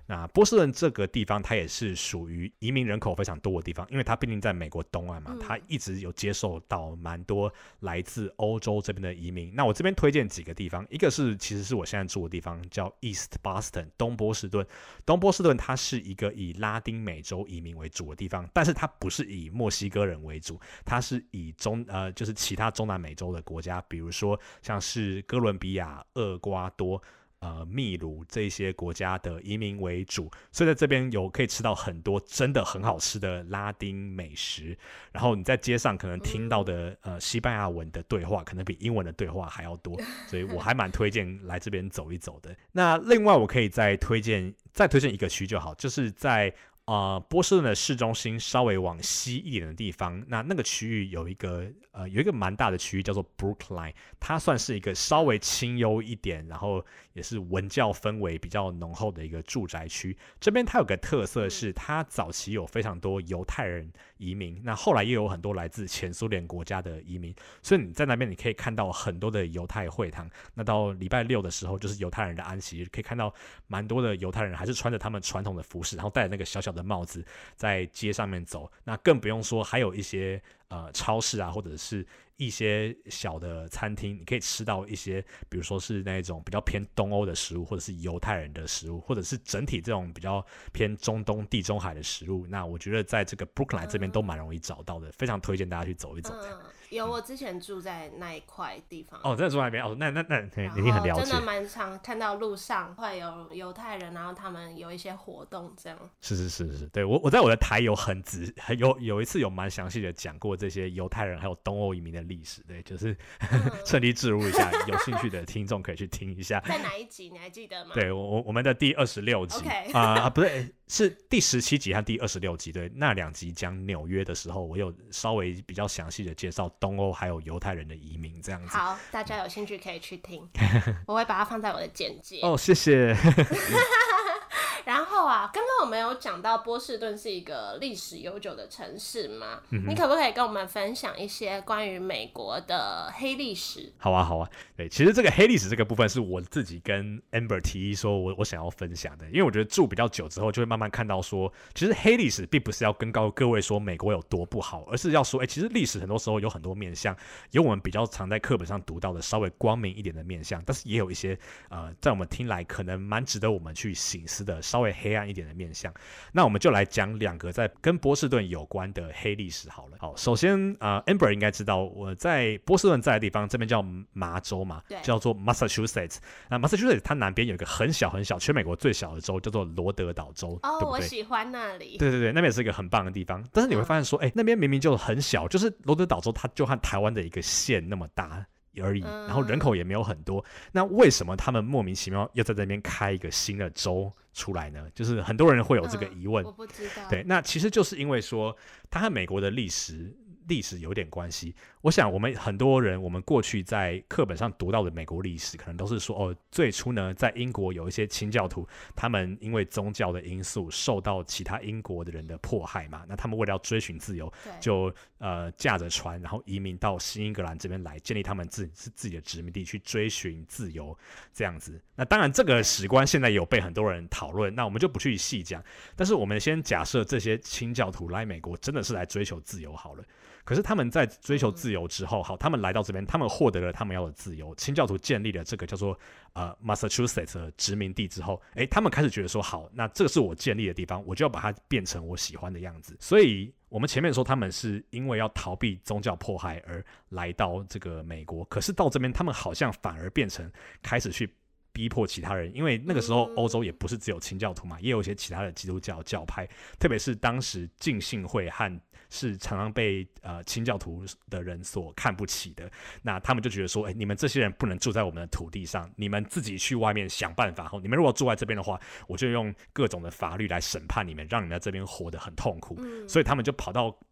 那波士顿这个地方，它也是属于移民人口非常多的地方，因为它毕竟在美国东岸嘛，它一直有接受到蛮多来自欧洲这边的移民。那我这边推荐几个地方，一个是其实是我现在住的地方，叫 East Boston 东波士顿。东波士顿它是一个以拉丁美洲移民为主的地方，但是它不是以墨西哥人为主，它是以就是其他中南美洲的国家，比如说像是哥伦比亚、厄瓜多。秘鲁这些国家的移民为主，所以在这边可以吃到很多真的很好吃的拉丁美食，然后你在街上可能听到的西班牙文的对话可能比英文的对话还要多，所以我还蛮推荐来这边走一走的。那另外我可以再推荐一个区就好，就是在波士顿的市中心稍微往西一点的地方，那个区域有一个蛮大的区域叫做 Brookline， 它算是一个稍微清幽一点，然后也是文教氛围比较浓厚的一个住宅区。这边它有个特色是，它早期有非常多犹太人移民，那后来也有很多来自前苏联国家的移民，所以你在那边你可以看到很多的犹太会堂。那到礼拜六的时候，就是犹太人的安息日，可以看到蛮多的犹太人还是穿着他们传统的服饰，然后戴着那个小小的帽子在街上面走。那更不用说还有一些超市啊，或者是一些小的餐厅，你可以吃到一些比如说是那种比较偏东欧的食物，或者是犹太人的食物，或者是整体这种比较偏中东地中海的食物。那我觉得在这个 Brookline 这边都蛮容易找到的，非常推荐大家去走一走。 有，我之前住在那一块地方。 真的住那边那你一定很了解。 真的蛮常看到路上会有犹太人，然后他们有一些活动这样。 是，对，我在我的台有一次有蛮详细的讲过这些犹太人还有东欧移民的历史，对，就是趁机置入一下，有兴趣的听众可以去听一下。 在哪一集你还记得吗？ 对，我们的第26集不对，是第17集和第26集，对，那2集讲纽约的时候，我有稍微比较详细的介绍东欧还有犹太人的移民这样子。 好，大家有兴趣可以去听，我会把它放在我的简介。 谢谢。 然后刚刚我们有讲到波士顿是一个历史悠久的城市嘛，你可不可以跟我们分享一些关于美国的黑历史？ 好啊，对，其实这个黑历史这个部分是我自己跟 Amber 提议说我想要分享的，因为我觉得住比较久之后就会慢慢看到说，其实黑历史并不是要跟各位说美国有多不好，而是要说其实历史很多时候有很多面向，有我们比较常在课本上读到的稍微光明一点的面向，但是也有一些在我们听来可能蛮值得我们去省思的稍微黑暗一点的面向。那我们就来讲2个在跟波士顿有关的黑历史好了。好，首先Amber 应该知道我在波士顿在的地方，这边叫麻州嘛，叫做 Massachusetts。那 Massachusetts 它南边有一个很小很小，全美国最小的州叫做罗德岛州，对不对？ 我喜欢那里。 对，那边也是一个很棒的地方。但是你会发现说，那边明明就很小，就是罗德岛州它就和台湾的一个县那么大而已，然后人口也没有很多，那为什么他们莫名其妙要在这边开一个新的州出来呢？就是很多人会有这个疑问。 我不知道。 对，那其实就是因为说它和美国的历史有点关系。我想我们很多人，我们过去在课本上读到的美国历史，可能都是说最初呢，在英国有一些清教徒，他们因为宗教的因素受到其他英国的人的迫害嘛，那他们为了要追寻自由，就驾着船，然后移民到新英格兰这边来，建立他们自己的殖民地，去追寻自由这样子。那当然，这个史观现在也有被很多人讨论，那我们就不去细讲。但是我们先假设这些清教徒来美国真的是来追求自由好了。可是他们在追求自由之后，好，他们来到这边，他们获得了他们要的自由。清教徒建立了这个叫做Massachusetts 的殖民地之后，他们开始觉得说，好，那这个是我建立的地方，我就要把它变成我喜欢的样子。所以我们前面说他们是因为要逃避宗教迫害而来到这个美国，可是到这边他们好像反而变成开始去逼迫其他人，因为那个时候欧洲也不是只有清教徒嘛，也有一些其他的基督教教派，特别是当时浸信会和是常常被清教徒的人所看不起的，那他们就觉得说，你们这些人不能住在我们的土地上，你们自己去外面想办法，你们如果住在这边的话，我就用各种的法律来审判你们，让你们在这边活得很痛苦。所以他们就跑到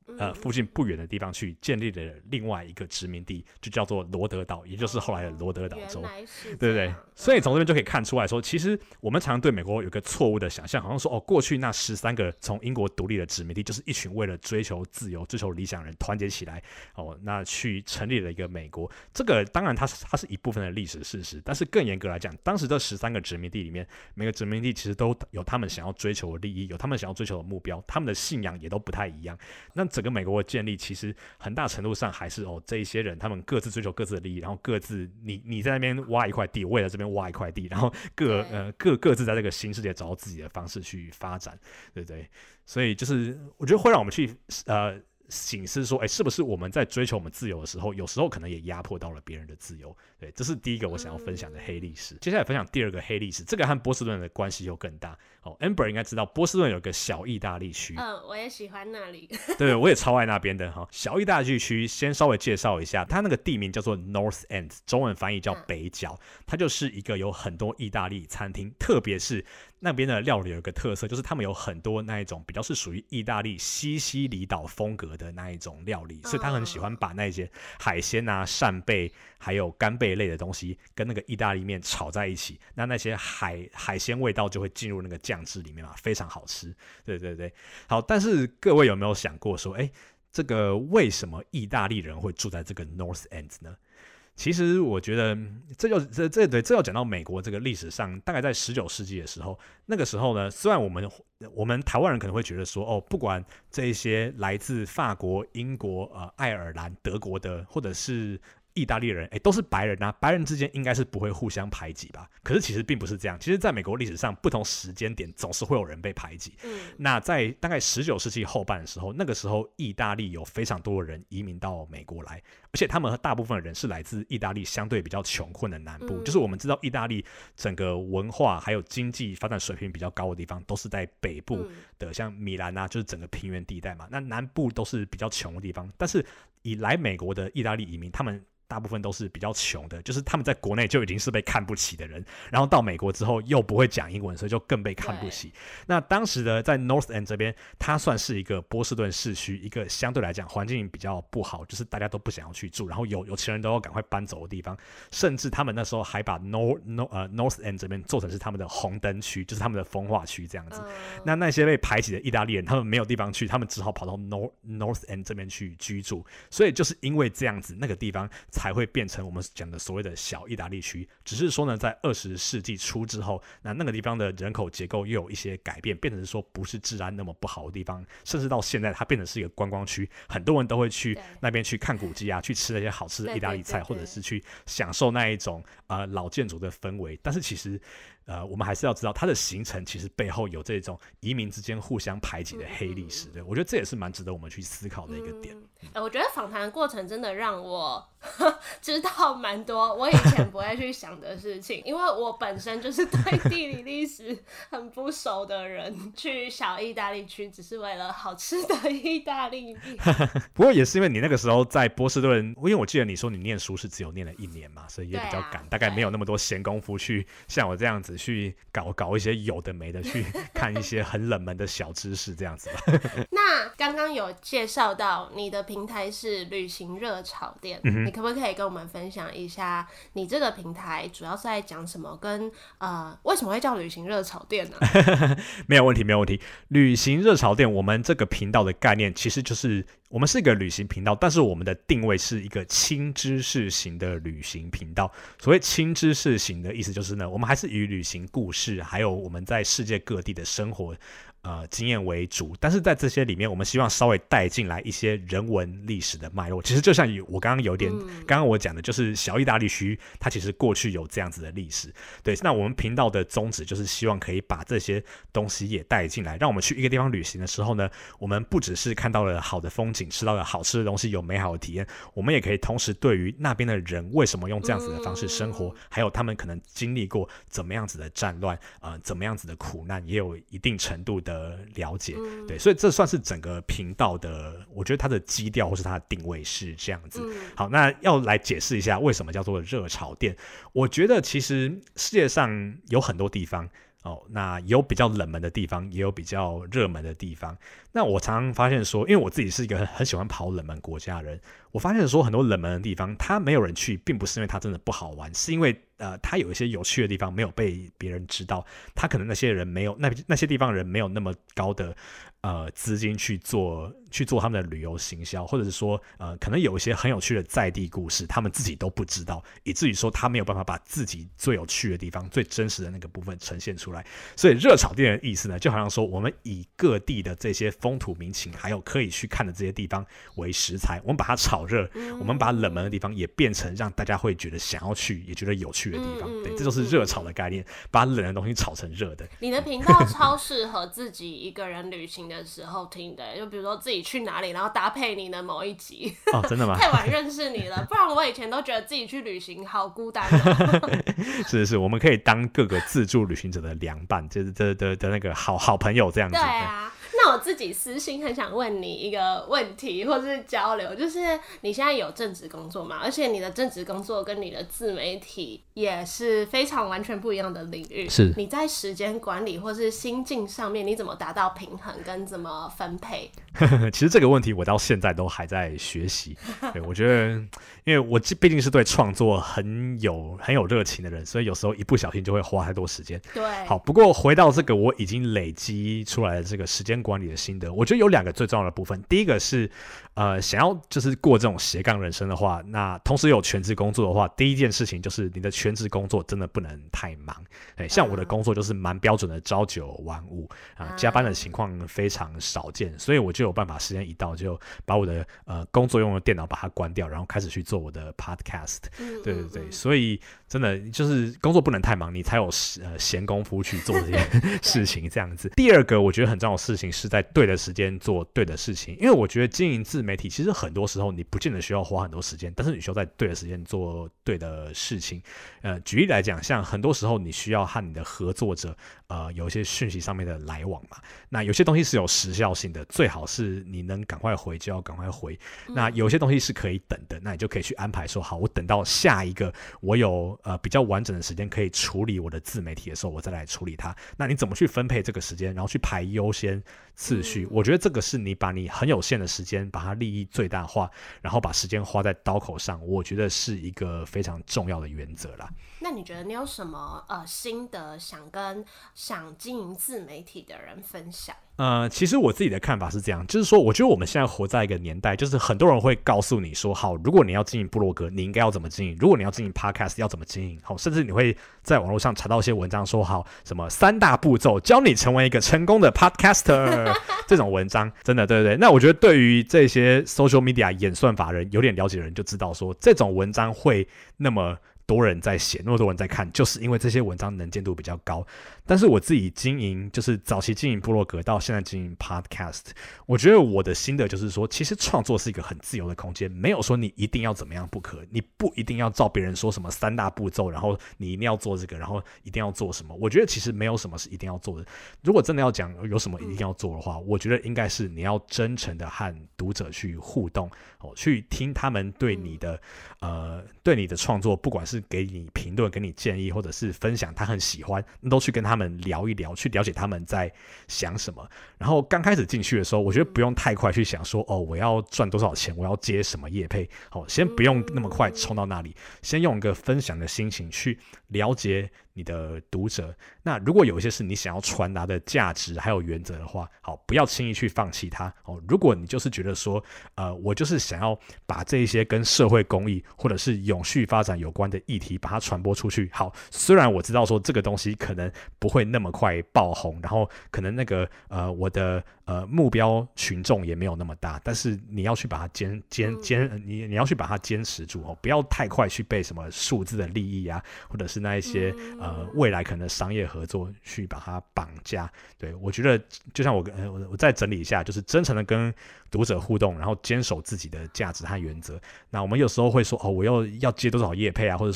附近不远的地方去建立了另外一个殖民地，就叫做罗德岛，也就是后来的罗德岛州。对不对？所以从这边就可以看出来说，其实我们常常对美国有一个错误的想象，好像说过去那13个从英国独立的殖民地，就是一群为了追求自由、追求理想人团结起来那去成立了一个美国。这个当然它是一部分的历史事实，但是更严格来讲，当时这13个殖民地里面，每个殖民地其实都有他们想要追求的利益，有他们想要追求的目标，他们的信仰也都不太一样。那整个美国的建立，其实很大程度上还是这一些人他们各自追求各自的利益，然后各自你在那边挖一块地，我也在这边挖一块地，然后各自在这个新世界找到自己的方式去发展，对不对？所以就是我觉得会让我们去省思说，是不是我们在追求我们自由的时候，有时候可能也压迫到了别人的自由？对，这是第一个我想要分享的黑历史。接下来分享第二个黑历史，这个和波士顿的关系又更大。Amber 应该知道波士顿有个小意大利区， 我也喜欢那里。 对，我也超爱那边的哈。小意大利区先稍微介绍一下，它那个地名叫做 North End， 中文翻译叫北角，它就是一个有很多意大利餐厅，特别是那边的料理有一个特色，就是他们有很多那一种比较是属于意大利西西里岛风格的那一种料理，所以他很喜欢把那些海鲜啊、扇贝还有干贝类的东西跟那个意大利面炒在一起，那些海鲜味道就会进入那个酱汁里面嘛，非常好吃。对对对，好，但是各位有没有想过说，这个为什么意大利人会住在这个 North End 呢？其实我觉得这要讲到美国这个历史上，大概在19世纪的时候，那个时候呢，虽然我们台湾人可能会觉得说，不管这一些来自法国、英国、爱尔兰、德国的，或者是意大利人，都是白人啊，白人之间应该是不会互相排挤吧？可是其实并不是这样。其实在美国历史上，不同时间点总是会有人被排挤。那在大概19世纪后半的时候，那个时候意大利有非常多的人移民到美国来，而且他们大部分的人是来自意大利相对比较穷困的南部。就是我们知道意大利整个文化还有经济发展水平比较高的地方，都是在北部的，像米兰啊，就是整个平原地带嘛。那南部都是比较穷的地方，但是以来美国的意大利移民，他们大部分都是比较穷的，就是他们在国内就已经是被看不起的人，然后到美国之后又不会讲英文，所以就更被看不起。那当时的在 North End 这边，它算是一个波士顿市区，一个相对来讲环境比较不好，就是大家都不想要去住，然后有钱人都要赶快搬走的地方。甚至他们那时候还把 North End 这边做成是他们的红灯区，就是他们的风化区这样子。那些被排挤的意大利人，他们没有地方去，他们只好跑到 North End 这边去居住。所以就是因为这样子，那个地方才会变成我们讲的所谓的小意大利区。只是说呢，在20世纪初之后，那个地方的人口结构又有一些改变，变成说不是治安那么不好的地方，甚至到现在它变成是一个观光区，很多人都会去那边去看古迹啊，去吃那些好吃的意大利菜，或者是去享受那一种老建筑的氛围。但是其实我们还是要知道它的形成其实背后有这种移民之间互相排挤的黑历史。对，我觉得这也是蛮值得我们去思考的一个点。 我觉得访谈的过程真的让我知道蛮多我以前不会去想的事情，因为我本身就是对地理历史很不熟的人，去小意大利区只是为了好吃的意大利面。 不过也是因为你那个时候在波士顿，因为我记得你说你念书是只有念了1年嘛，所以也比较赶，大概没有那么多闲工夫去像我这样子去搞一些有的没的，去看一些很冷门的小知识这样子吧。 那刚刚有介绍到你的平台是旅行热炒店，你可不可以跟我们分享一下你这个平台主要是在讲什么，跟为什么会叫旅行热炒店呢？ 没有问题。旅行热炒店，我们这个频道的概念其实就是我们是一个旅行频道，但是我们的定位是一个轻知识型的旅行频道。所谓轻知识型的意思就是呢，我们还是以旅行故事还有我们在世界各地的生活经验为主，但是在这些里面我们希望稍微带进来一些人文历史的脉络。其实就像我刚刚我讲的，就是小意大利区它其实过去有这样子的历史。对，那我们频道的宗旨就是希望可以把这些东西也带进来，让我们去一个地方旅行的时候呢，我们不只是看到了好的风景，吃到了好吃的东西，有美好的体验，我们也可以同时对于那边的人为什么用这样子的方式生活，还有他们可能经历过怎么样子的战乱怎么样子的苦难，也有一定程度的了解。对，所以这算是整个频道的，我觉得它的基调或是它的定位是这样子。好，那要来解释一下为什么叫做热炒店。我觉得其实世界上有很多地方那有比较冷门的地方，也有比较热门的地方。那我常常发现说，因为我自己是一个很喜欢跑冷门国家的人，我发现说很多冷门的地方，它没有人去，并不是因为它真的不好玩，是因为它有一些有趣的地方没有被别人知道，它可能那些人没有那些地方人没有那么高的资金去做他们的旅游行销，或者是说可能有一些很有趣的在地故事，他们自己都不知道，以至于说他没有办法把自己最有趣的地方、最真实的那个部分呈现出来。所以热炒店的意思呢，就好像说我们以各地的这些风土民情，还有可以去看的这些地方为食材，我们把它炒热，我们把冷门的地方也变成让大家会觉得想要去，也觉得有趣的地方。对，这就是热炒的概念，把冷的东西炒成热的。 你的频道超适合自己一个人旅行的时候听的，就比如说自己去哪里，然后搭配你的某一集。 哦，真的吗？ 太晚认识你了，不然我以前都觉得自己去旅行好孤单哦。 是，我们可以当各个自助旅行者的良伴，就是的那个好朋友这样子。 对啊。那我自己私心很想问你一个问题，或是交流，就是你现在有正职工作嘛？而且你的正职工作跟你的自媒体也是非常完全不一样的领域。 是你在时间管理或是心境上面，你怎么达到平衡跟怎么分配？ 其实这个问题我到现在都还在学习。对，我觉得，因为我毕竟是对创作很有热情的人，所以有时候一不小心就会花太多时间。 对， 好，不过回到这个我已经累积出来的这个时间管理的心得，我觉得有2个最重要的部分。第一个是想要就是过这种斜杠人生的话，那同时有全职工作的话，第一件事情就是你的全职工作真的不能太忙。像我的工作就是蛮标准的朝9晚5加班的情况非常少见，所以我就有办法时间一到就把我的工作用的电脑把它关掉，然后开始去做我的 podcast。对，所以真的就是工作不能太忙，你才有闲工夫去做这些事情这样子。第2个我觉得很重要的事情是在对的时间做对的事情，因为我觉得经营自媒体其实很多时候你不见得需要花很多时间，但是你需要在对的时间做对的事情。举例来讲，像很多时候你需要和你的合作者有一些讯息上面的来往嘛，那有些东西是有时效性的，最好是你能赶快回就要赶快回。那有些东西是可以等的，那你就可以去安排说，好，我等到下一个我有比较完整的时间可以处理我的自媒体的时候，我再来处理它。那你怎么去分配这个时间，然后去排优先次序？我觉得这个是你把你很有限的时间把它利益最大化，然后把时间花在刀口上，我觉得是一个非常重要的原则啦。 那你觉得你有什么心得想跟想经营自媒体的人分享？ 其实我自己的看法是这样，就是说我觉得我们现在活在一个年代，就是很多人会告诉你说，好，如果你要经营部落格，你应该要怎么经营；如果你要经营 podcast， 要怎么经营。好，甚至你会在网络上查到一些文章说，好，什么3大步骤教你成为一个成功的 podcaster 这种文章，真的对。那我觉得对于这些 social media 演算法人有点了解的人就知道说，这种文章会那么多人在写，那么多人在看，就是因为这些文章能见度比较高。但是我自己经营，就是早期经营部落格到现在经营 podcast， 我觉得我的心得就是说，其实创作是一个很自由的空间，没有说你一定要怎么样不可，你不一定要照别人说什么3大步骤，然后你一定要做这个，然后一定要做什么。我觉得其实没有什么是一定要做的。如果真的要讲有什么一定要做的话，我觉得应该是你要真诚的和读者去互动，去听他们对你的创作，不管是给你评论、给你建议，或者是分享他很喜欢，都去跟他们聊一聊，去了解他们在想什么。然后刚开始进去的时候，我觉得不用太快去想说，我要赚多少钱，我要接什么业配，先不用那么快冲到那里，先用一个分享的心情去了解你的读者。那如果有一些是你想要传达的价值还有原则的话，好，不要轻易去放弃它。如果你就是觉得说，我就是想要把这一些跟社会公益或者是永续发展有关的议题把它传播出去。好，虽然我知道说这个东西可能不会那么快爆红，然后可能那个我的目标群众也没有那么大，但是你要去把它你要去把它坚持住，不要太快去被什么数字的利益啊，或者是那一些未来可能商业合作去把它绑架。对，我觉得就像我再整理一下，就是真诚的跟读者互动，然后坚守自己的价值和原则。那我们有时候会说，我要接多少业配啊，或者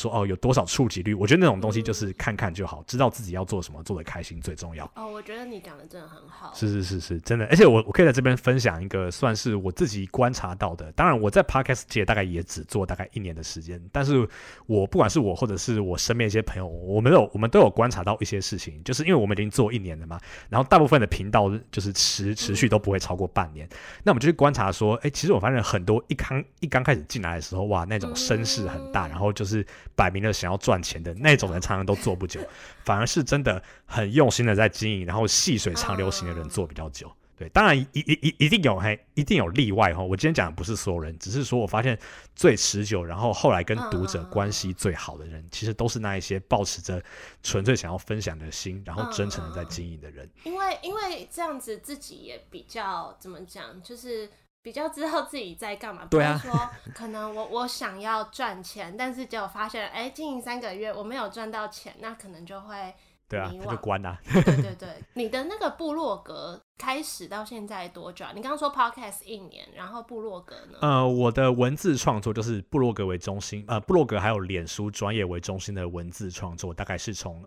说有多少触及率，我觉得那种东西就是看看就好，知道自己要做什么，做得开心最重要。 我觉得你讲的真的很好。 是，真的。而且我可以在这边分享一个算是我自己观察到的，当然我在 podcast 界大概也只做大概1年的时间，但是我不管是我或者是我身边一些朋友，我们都有观察到一些事情，就是因为我们已经做1年了嘛，然后大部分的频道就是持续都不会超过半年，那我们就去观察说，其实我发现很多一刚开始进来的时候，哇，那种声势很大，然后就是摆明了想要赚钱的那种人，常常都做不久，反而是真的很用心的在经营，然后细水长流型的人做比较久。对，当然一定有例外哈。我今天讲的不是所有人，只是说我发现最持久，然后后来跟读者关系最好的人，其实都是那一些抱持着纯粹想要分享的心，然后真诚的在经营的人。 因为这样子自己也比较怎么讲，就是比较知道自己在干嘛。 对啊， 不是说可能我想要赚钱，但是结果发现经营3个月我没有赚到钱，那可能就会。 对啊，他就关啊。 对，你的那个部落格开始到现在多久啊？你刚刚说 podcast 1年，然后部落格呢？ 我的文字创作就是部落格为中心，部落格还有脸书专业为中心的文字创作，大概是从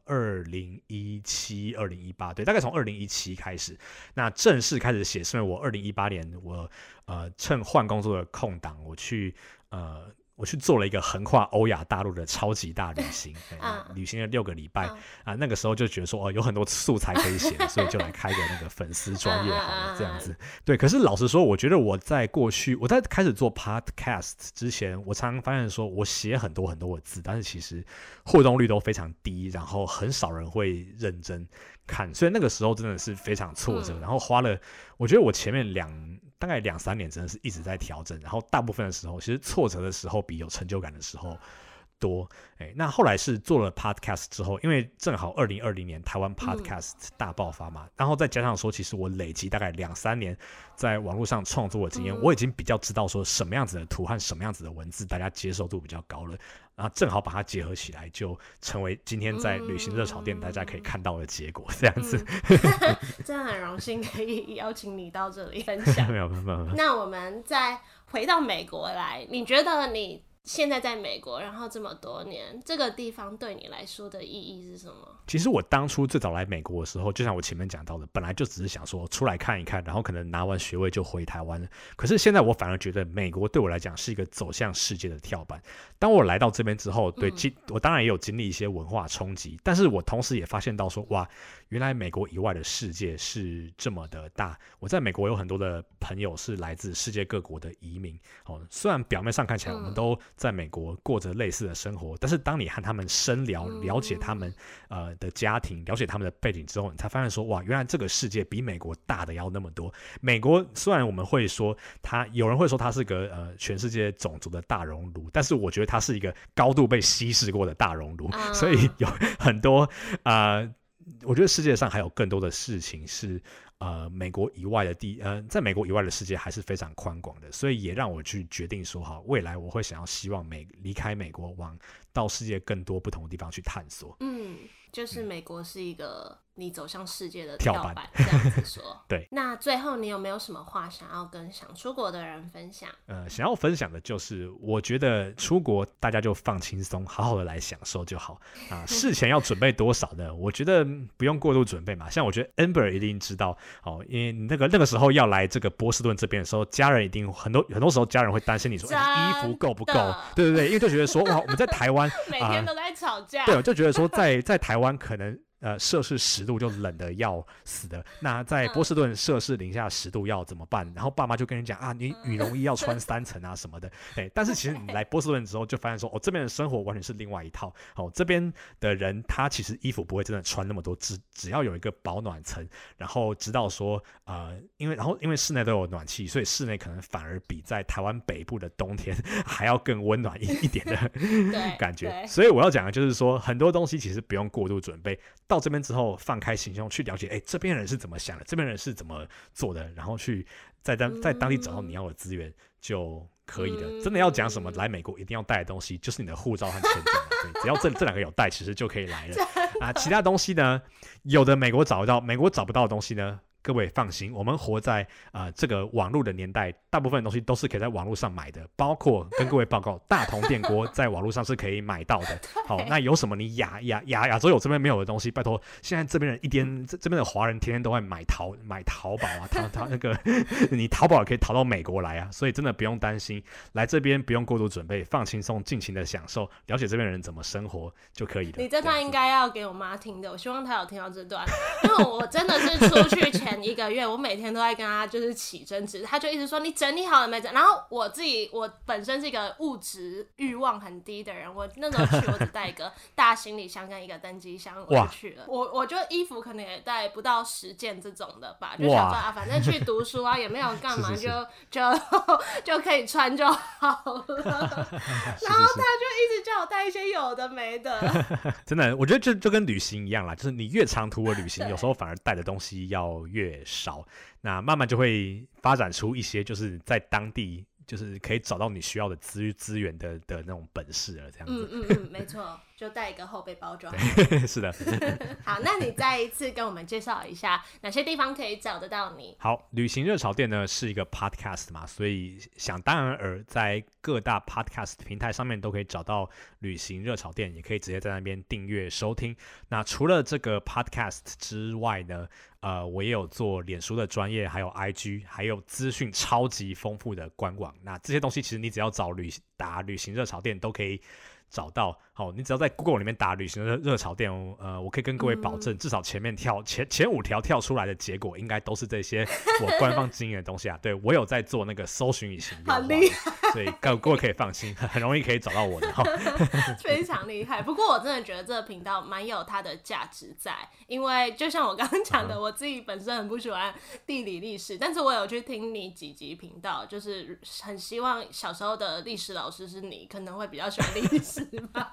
2017、2018，对，大概从2017开始。那正式开始写是因为我2018年我趁换工作的空档，我去做了一个横跨欧亚大陆的超级大旅行，旅行了6个礼拜那个时候就觉得说有很多素材可以写，所以就来开个那个粉丝专页好了，这样子。对，可是老实说，我觉得我在开始做 podcast 之前，我常常发现说我写很多的字，但是其实互动率都非常低，然后很少人会认真看，所以那个时候真的是非常挫折，然后我觉得我前面大概2-3年真的是一直在调整，然后大部分的时候其实挫折的时候比有成就感的时候多。那后来是做了 podcast 之后，因为正好2020年台湾 podcast 大爆发嘛，然后再加上说其实我累积大概2-3年在网络上创作的经验，我已经比较知道说什么样子的图和什么样子的文字大家接受度比较高了，然后正好把它结合起来，就成为今天在旅行热炒店大家可以看到的结果，这样子。 真的很荣幸可以邀请你到这里分享。 没有。 那我们再回到美国来，你觉得你现在在美国，然后这么多年，这个地方对你来说的意义是什么？ 其实我当初最早来美国的时候，就像我前面讲到的，本来就只是想说出来看一看，然后可能拿完学位就回台湾了。可是现在我反而觉得美国对我来讲是一个走向世界的跳板。当我来到这边之后，我当然也有经历一些文化冲击，但是我同时也发现到说，哇，原来美国以外的世界是这么的大。我在美国有很多的朋友是来自世界各国的移民，虽然表面上看起来我们都在美国过着类似的生活，但是当你和他们深聊，了解他们的家庭，了解他们的背景之后，你才发现说，哇，原来这个世界比美国大的要那么多。美国虽然我们会说有人会说它是个全世界种族的大熔炉，但是我觉得它是一个高度被稀释过的大熔炉，所以有很多我觉得世界上还有更多的事情是美国以外的在美国以外的世界还是非常宽广的，所以也让我去决定说，好，未来我会希望离开美国，到世界更多不同的地方去探索。 就是美国是一个你走向世界的跳板，这样子说。 对。 那最后你有没有什么话想要跟想出国的人分享？ 想要分享的就是，我觉得出国大家就放轻松，好好的来享受就好事前要准备多少呢？我觉得不用过度准备嘛。像我觉得 Amber 一定知道因为那个时候要来这个波士顿这边的时候，家人一定很多时候家人会担心你说衣服够不够？对，因为就觉得说哇，我们在台湾每天都在吵架。 对，我就觉得说在台湾可能摄氏10度就冷得要死的，那在波士顿摄氏零下10度要怎么办？然后爸妈就跟你讲你羽绒衣要穿3层什么的。但是其实你来波士顿之后就发现说，这边的生活完全是另外一套。这边的人他其实衣服不会真的穿那么多，只要有一个保暖层，然后知道说因为室内都有暖气，所以室内可能反而比在台湾北部的冬天还要更温暖一点的感觉。所以我要讲的就是说，很多东西其实不用过度准备，到这边之后放开心胸去了解，这边人是怎么想的，这边人是怎么做的，然后去在当地找到你要的资源就可以了。真的要讲什么来美国一定要带的东西，就是你的护照和签证对，只要这2个有带，其实就可以来了其他东西呢，有的美国找得到，美国找不到的东西呢， 各位放心，我们活在这个网络的年代，大部分的东西都是可以在网络上买的，包括跟各位报告，大同电锅在网络上是可以买到的。好，那有什么你亚洲有这边没有的东西，拜托，现在这边人这边的华人天天都会买淘宝啊，那个你淘宝也可以淘到美国来啊，所以真的不用担心，来这边不用过度准备，放轻松，尽情的享受，了解这边人怎么生活就可以了。 你这段应该要给我妈听的，我希望她有听到这段，因为我真的是出去前1个月，我每天都在跟她就是起争执，她就一直说你整理好了没整，然后我本身是一个物质欲望很低的人，我那时候去我只带一个大行李箱跟一个登机箱我就去了，我就衣服可能也带不到10件这种的吧，就想说啊，反正去读书啊也没有干嘛， 是就可以穿就好了。然后他就一直叫我带一些有的没的。 真的，我觉得就跟旅行一样啦，就是你越长途的旅行，有时候反而带的东西要越少，那慢慢就会发展出一些就是在当地就是可以找到你需要的资源的那种本事了，这样子。 没错，就带一个后背包装。 是的。 好，那你再一次跟我们介绍一下哪些地方可以找得到你？ 好，旅行热潮店呢是一个 podcast 嘛，所以想当然尔在各大 podcast 平台上面都可以找到旅行热潮店，也可以直接在那边订阅收听。那除了这个 podcast 之外呢，我也有做脸书的专页，还有 IG， 还有资讯超级丰富的官网。那这些东西其实你只要打旅行热潮店都可以找到。好，你只要在 Google 里面打旅行热潮店，我可以跟各位保证，至少前5条跳出来的结果，应该都是这些我官方经营的东西啊。对，我有在做那个搜寻引擎优化，所以各位可以放心，很容易可以找到我的。 非常厉害。不过我真的觉得这个频道蛮有它的价值在，因为就像我刚刚讲的，我自己本身很不喜欢地理历史，但是我有去听你几集频道，就是很希望小时候的历史老师是你，可能会比较喜欢历史吧。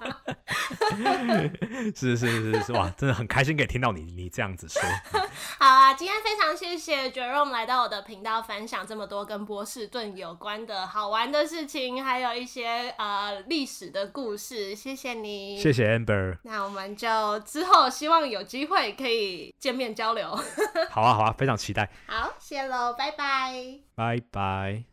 是哇，真的很开心可以听到你这样子说。 好啊，今天非常谢谢 Jerome 来到我的频道分享这么多跟波士顿有关的好玩的事情，还有一些历史的故事，谢谢你。 谢谢 Amber。 那我们就之后希望有机会可以见面交流。 好啊，非常期待。 好，谢喽，拜拜。 拜拜。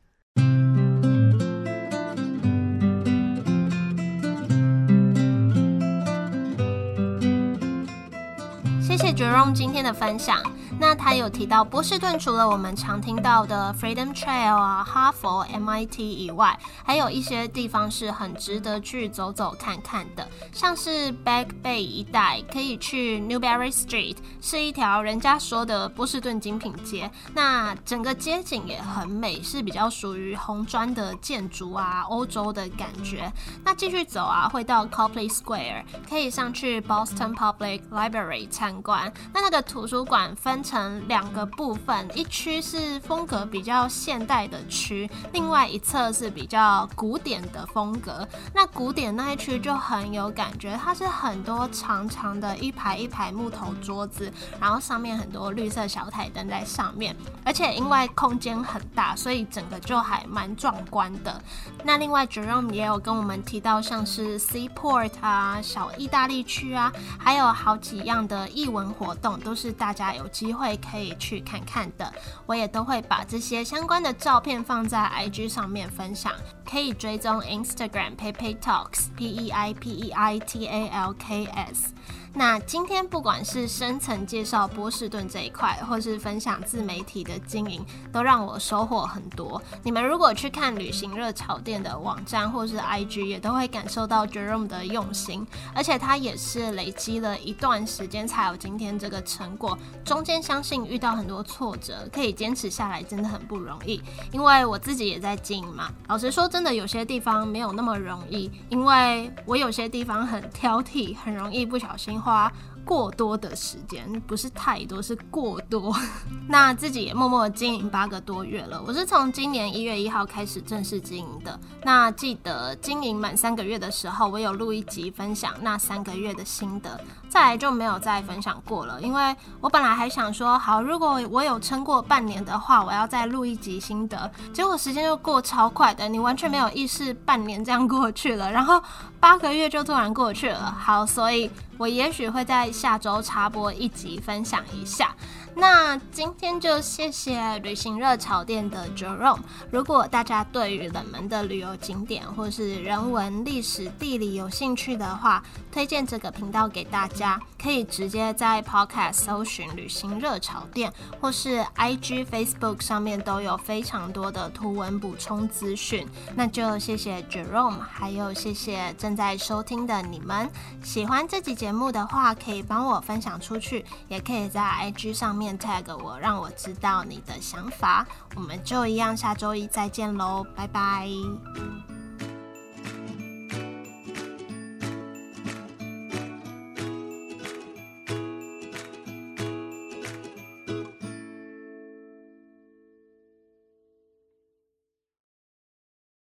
谢谢 Jerome 今天的分享。那他有提到波士顿除了我们常听到的 Freedom Trail 啊、哈佛、MIT 以外，还有一些地方是很值得去走走看看的，像是 Back Bay 一带可以去 Newberry Street， 是一条人家说的波士顿精品街。那整个街景也很美，是比较属于红砖的建筑啊，欧洲的感觉。那继续走啊，会到 Copley Square， 可以上去 Boston Public Library 参观。那个图书馆分成2个部分，一区是风格比较现代的区，另外一侧是比较古典的风格。那古典那一区就很有感觉，它是很多长长的一排一排木头桌子，然后上面很多绿色小台灯在上面，而且因为空间很大，所以整个就还蛮壮观的。那另外 Jerome 也有跟我们提到像是 Seaport 啊、小意大利区啊，还有好几样的艺文活动，都是大家有机会可以去看看的。我也都会把这些相关的照片放在 IG 上面分享，可以追踪 Instagram PeiPeiTalks PeiPeiTalks。那今天不管是深层介绍波士顿这一块，或是分享自媒体的经营，都让我收获很多。你们如果去看旅行热潮店的网站或是 IG， 也都会感受到 Jerome 的用心，而且他也是累积了一段时间才有今天这个成果，中间相信遇到很多挫折，可以坚持下来真的很不容易。因为我自己也在经营嘛，老实说真的有些地方没有那么容易，因为我有些地方很挑剔，很容易不小心花过多的时间，不是太多，是过多。那自己也默默经营8个多月了，我是从今年1月1号开始正式经营的。那记得经营满3个月的时候，我有录一集分享那3个月的心得，再来就没有再分享过了。因为我本来还想说，好，如果我有撑过半年的话，我要再录一集心得。结果时间就过超快的，你完全没有意识半年这样过去了，然后8个月就突然过去了。好，所以我也许会在下周插播一集分享一下。那今天就谢谢旅行热潮店的 Jerome。如果大家对于冷门的旅游景点或是人文、历史、地理有兴趣的话，推荐这个频道给大家，可以直接在 Podcast 搜寻旅行热潮店，或是 IG、Facebook 上面都有非常多的图文补充资讯。那就谢谢 Jerome， 还有谢谢正在收听的你们。喜欢这集节目的话，可以帮我分享出去，也可以在 IG 上面 tag 我，让我知道你的想法。我们就一样下周一再见喽，拜拜。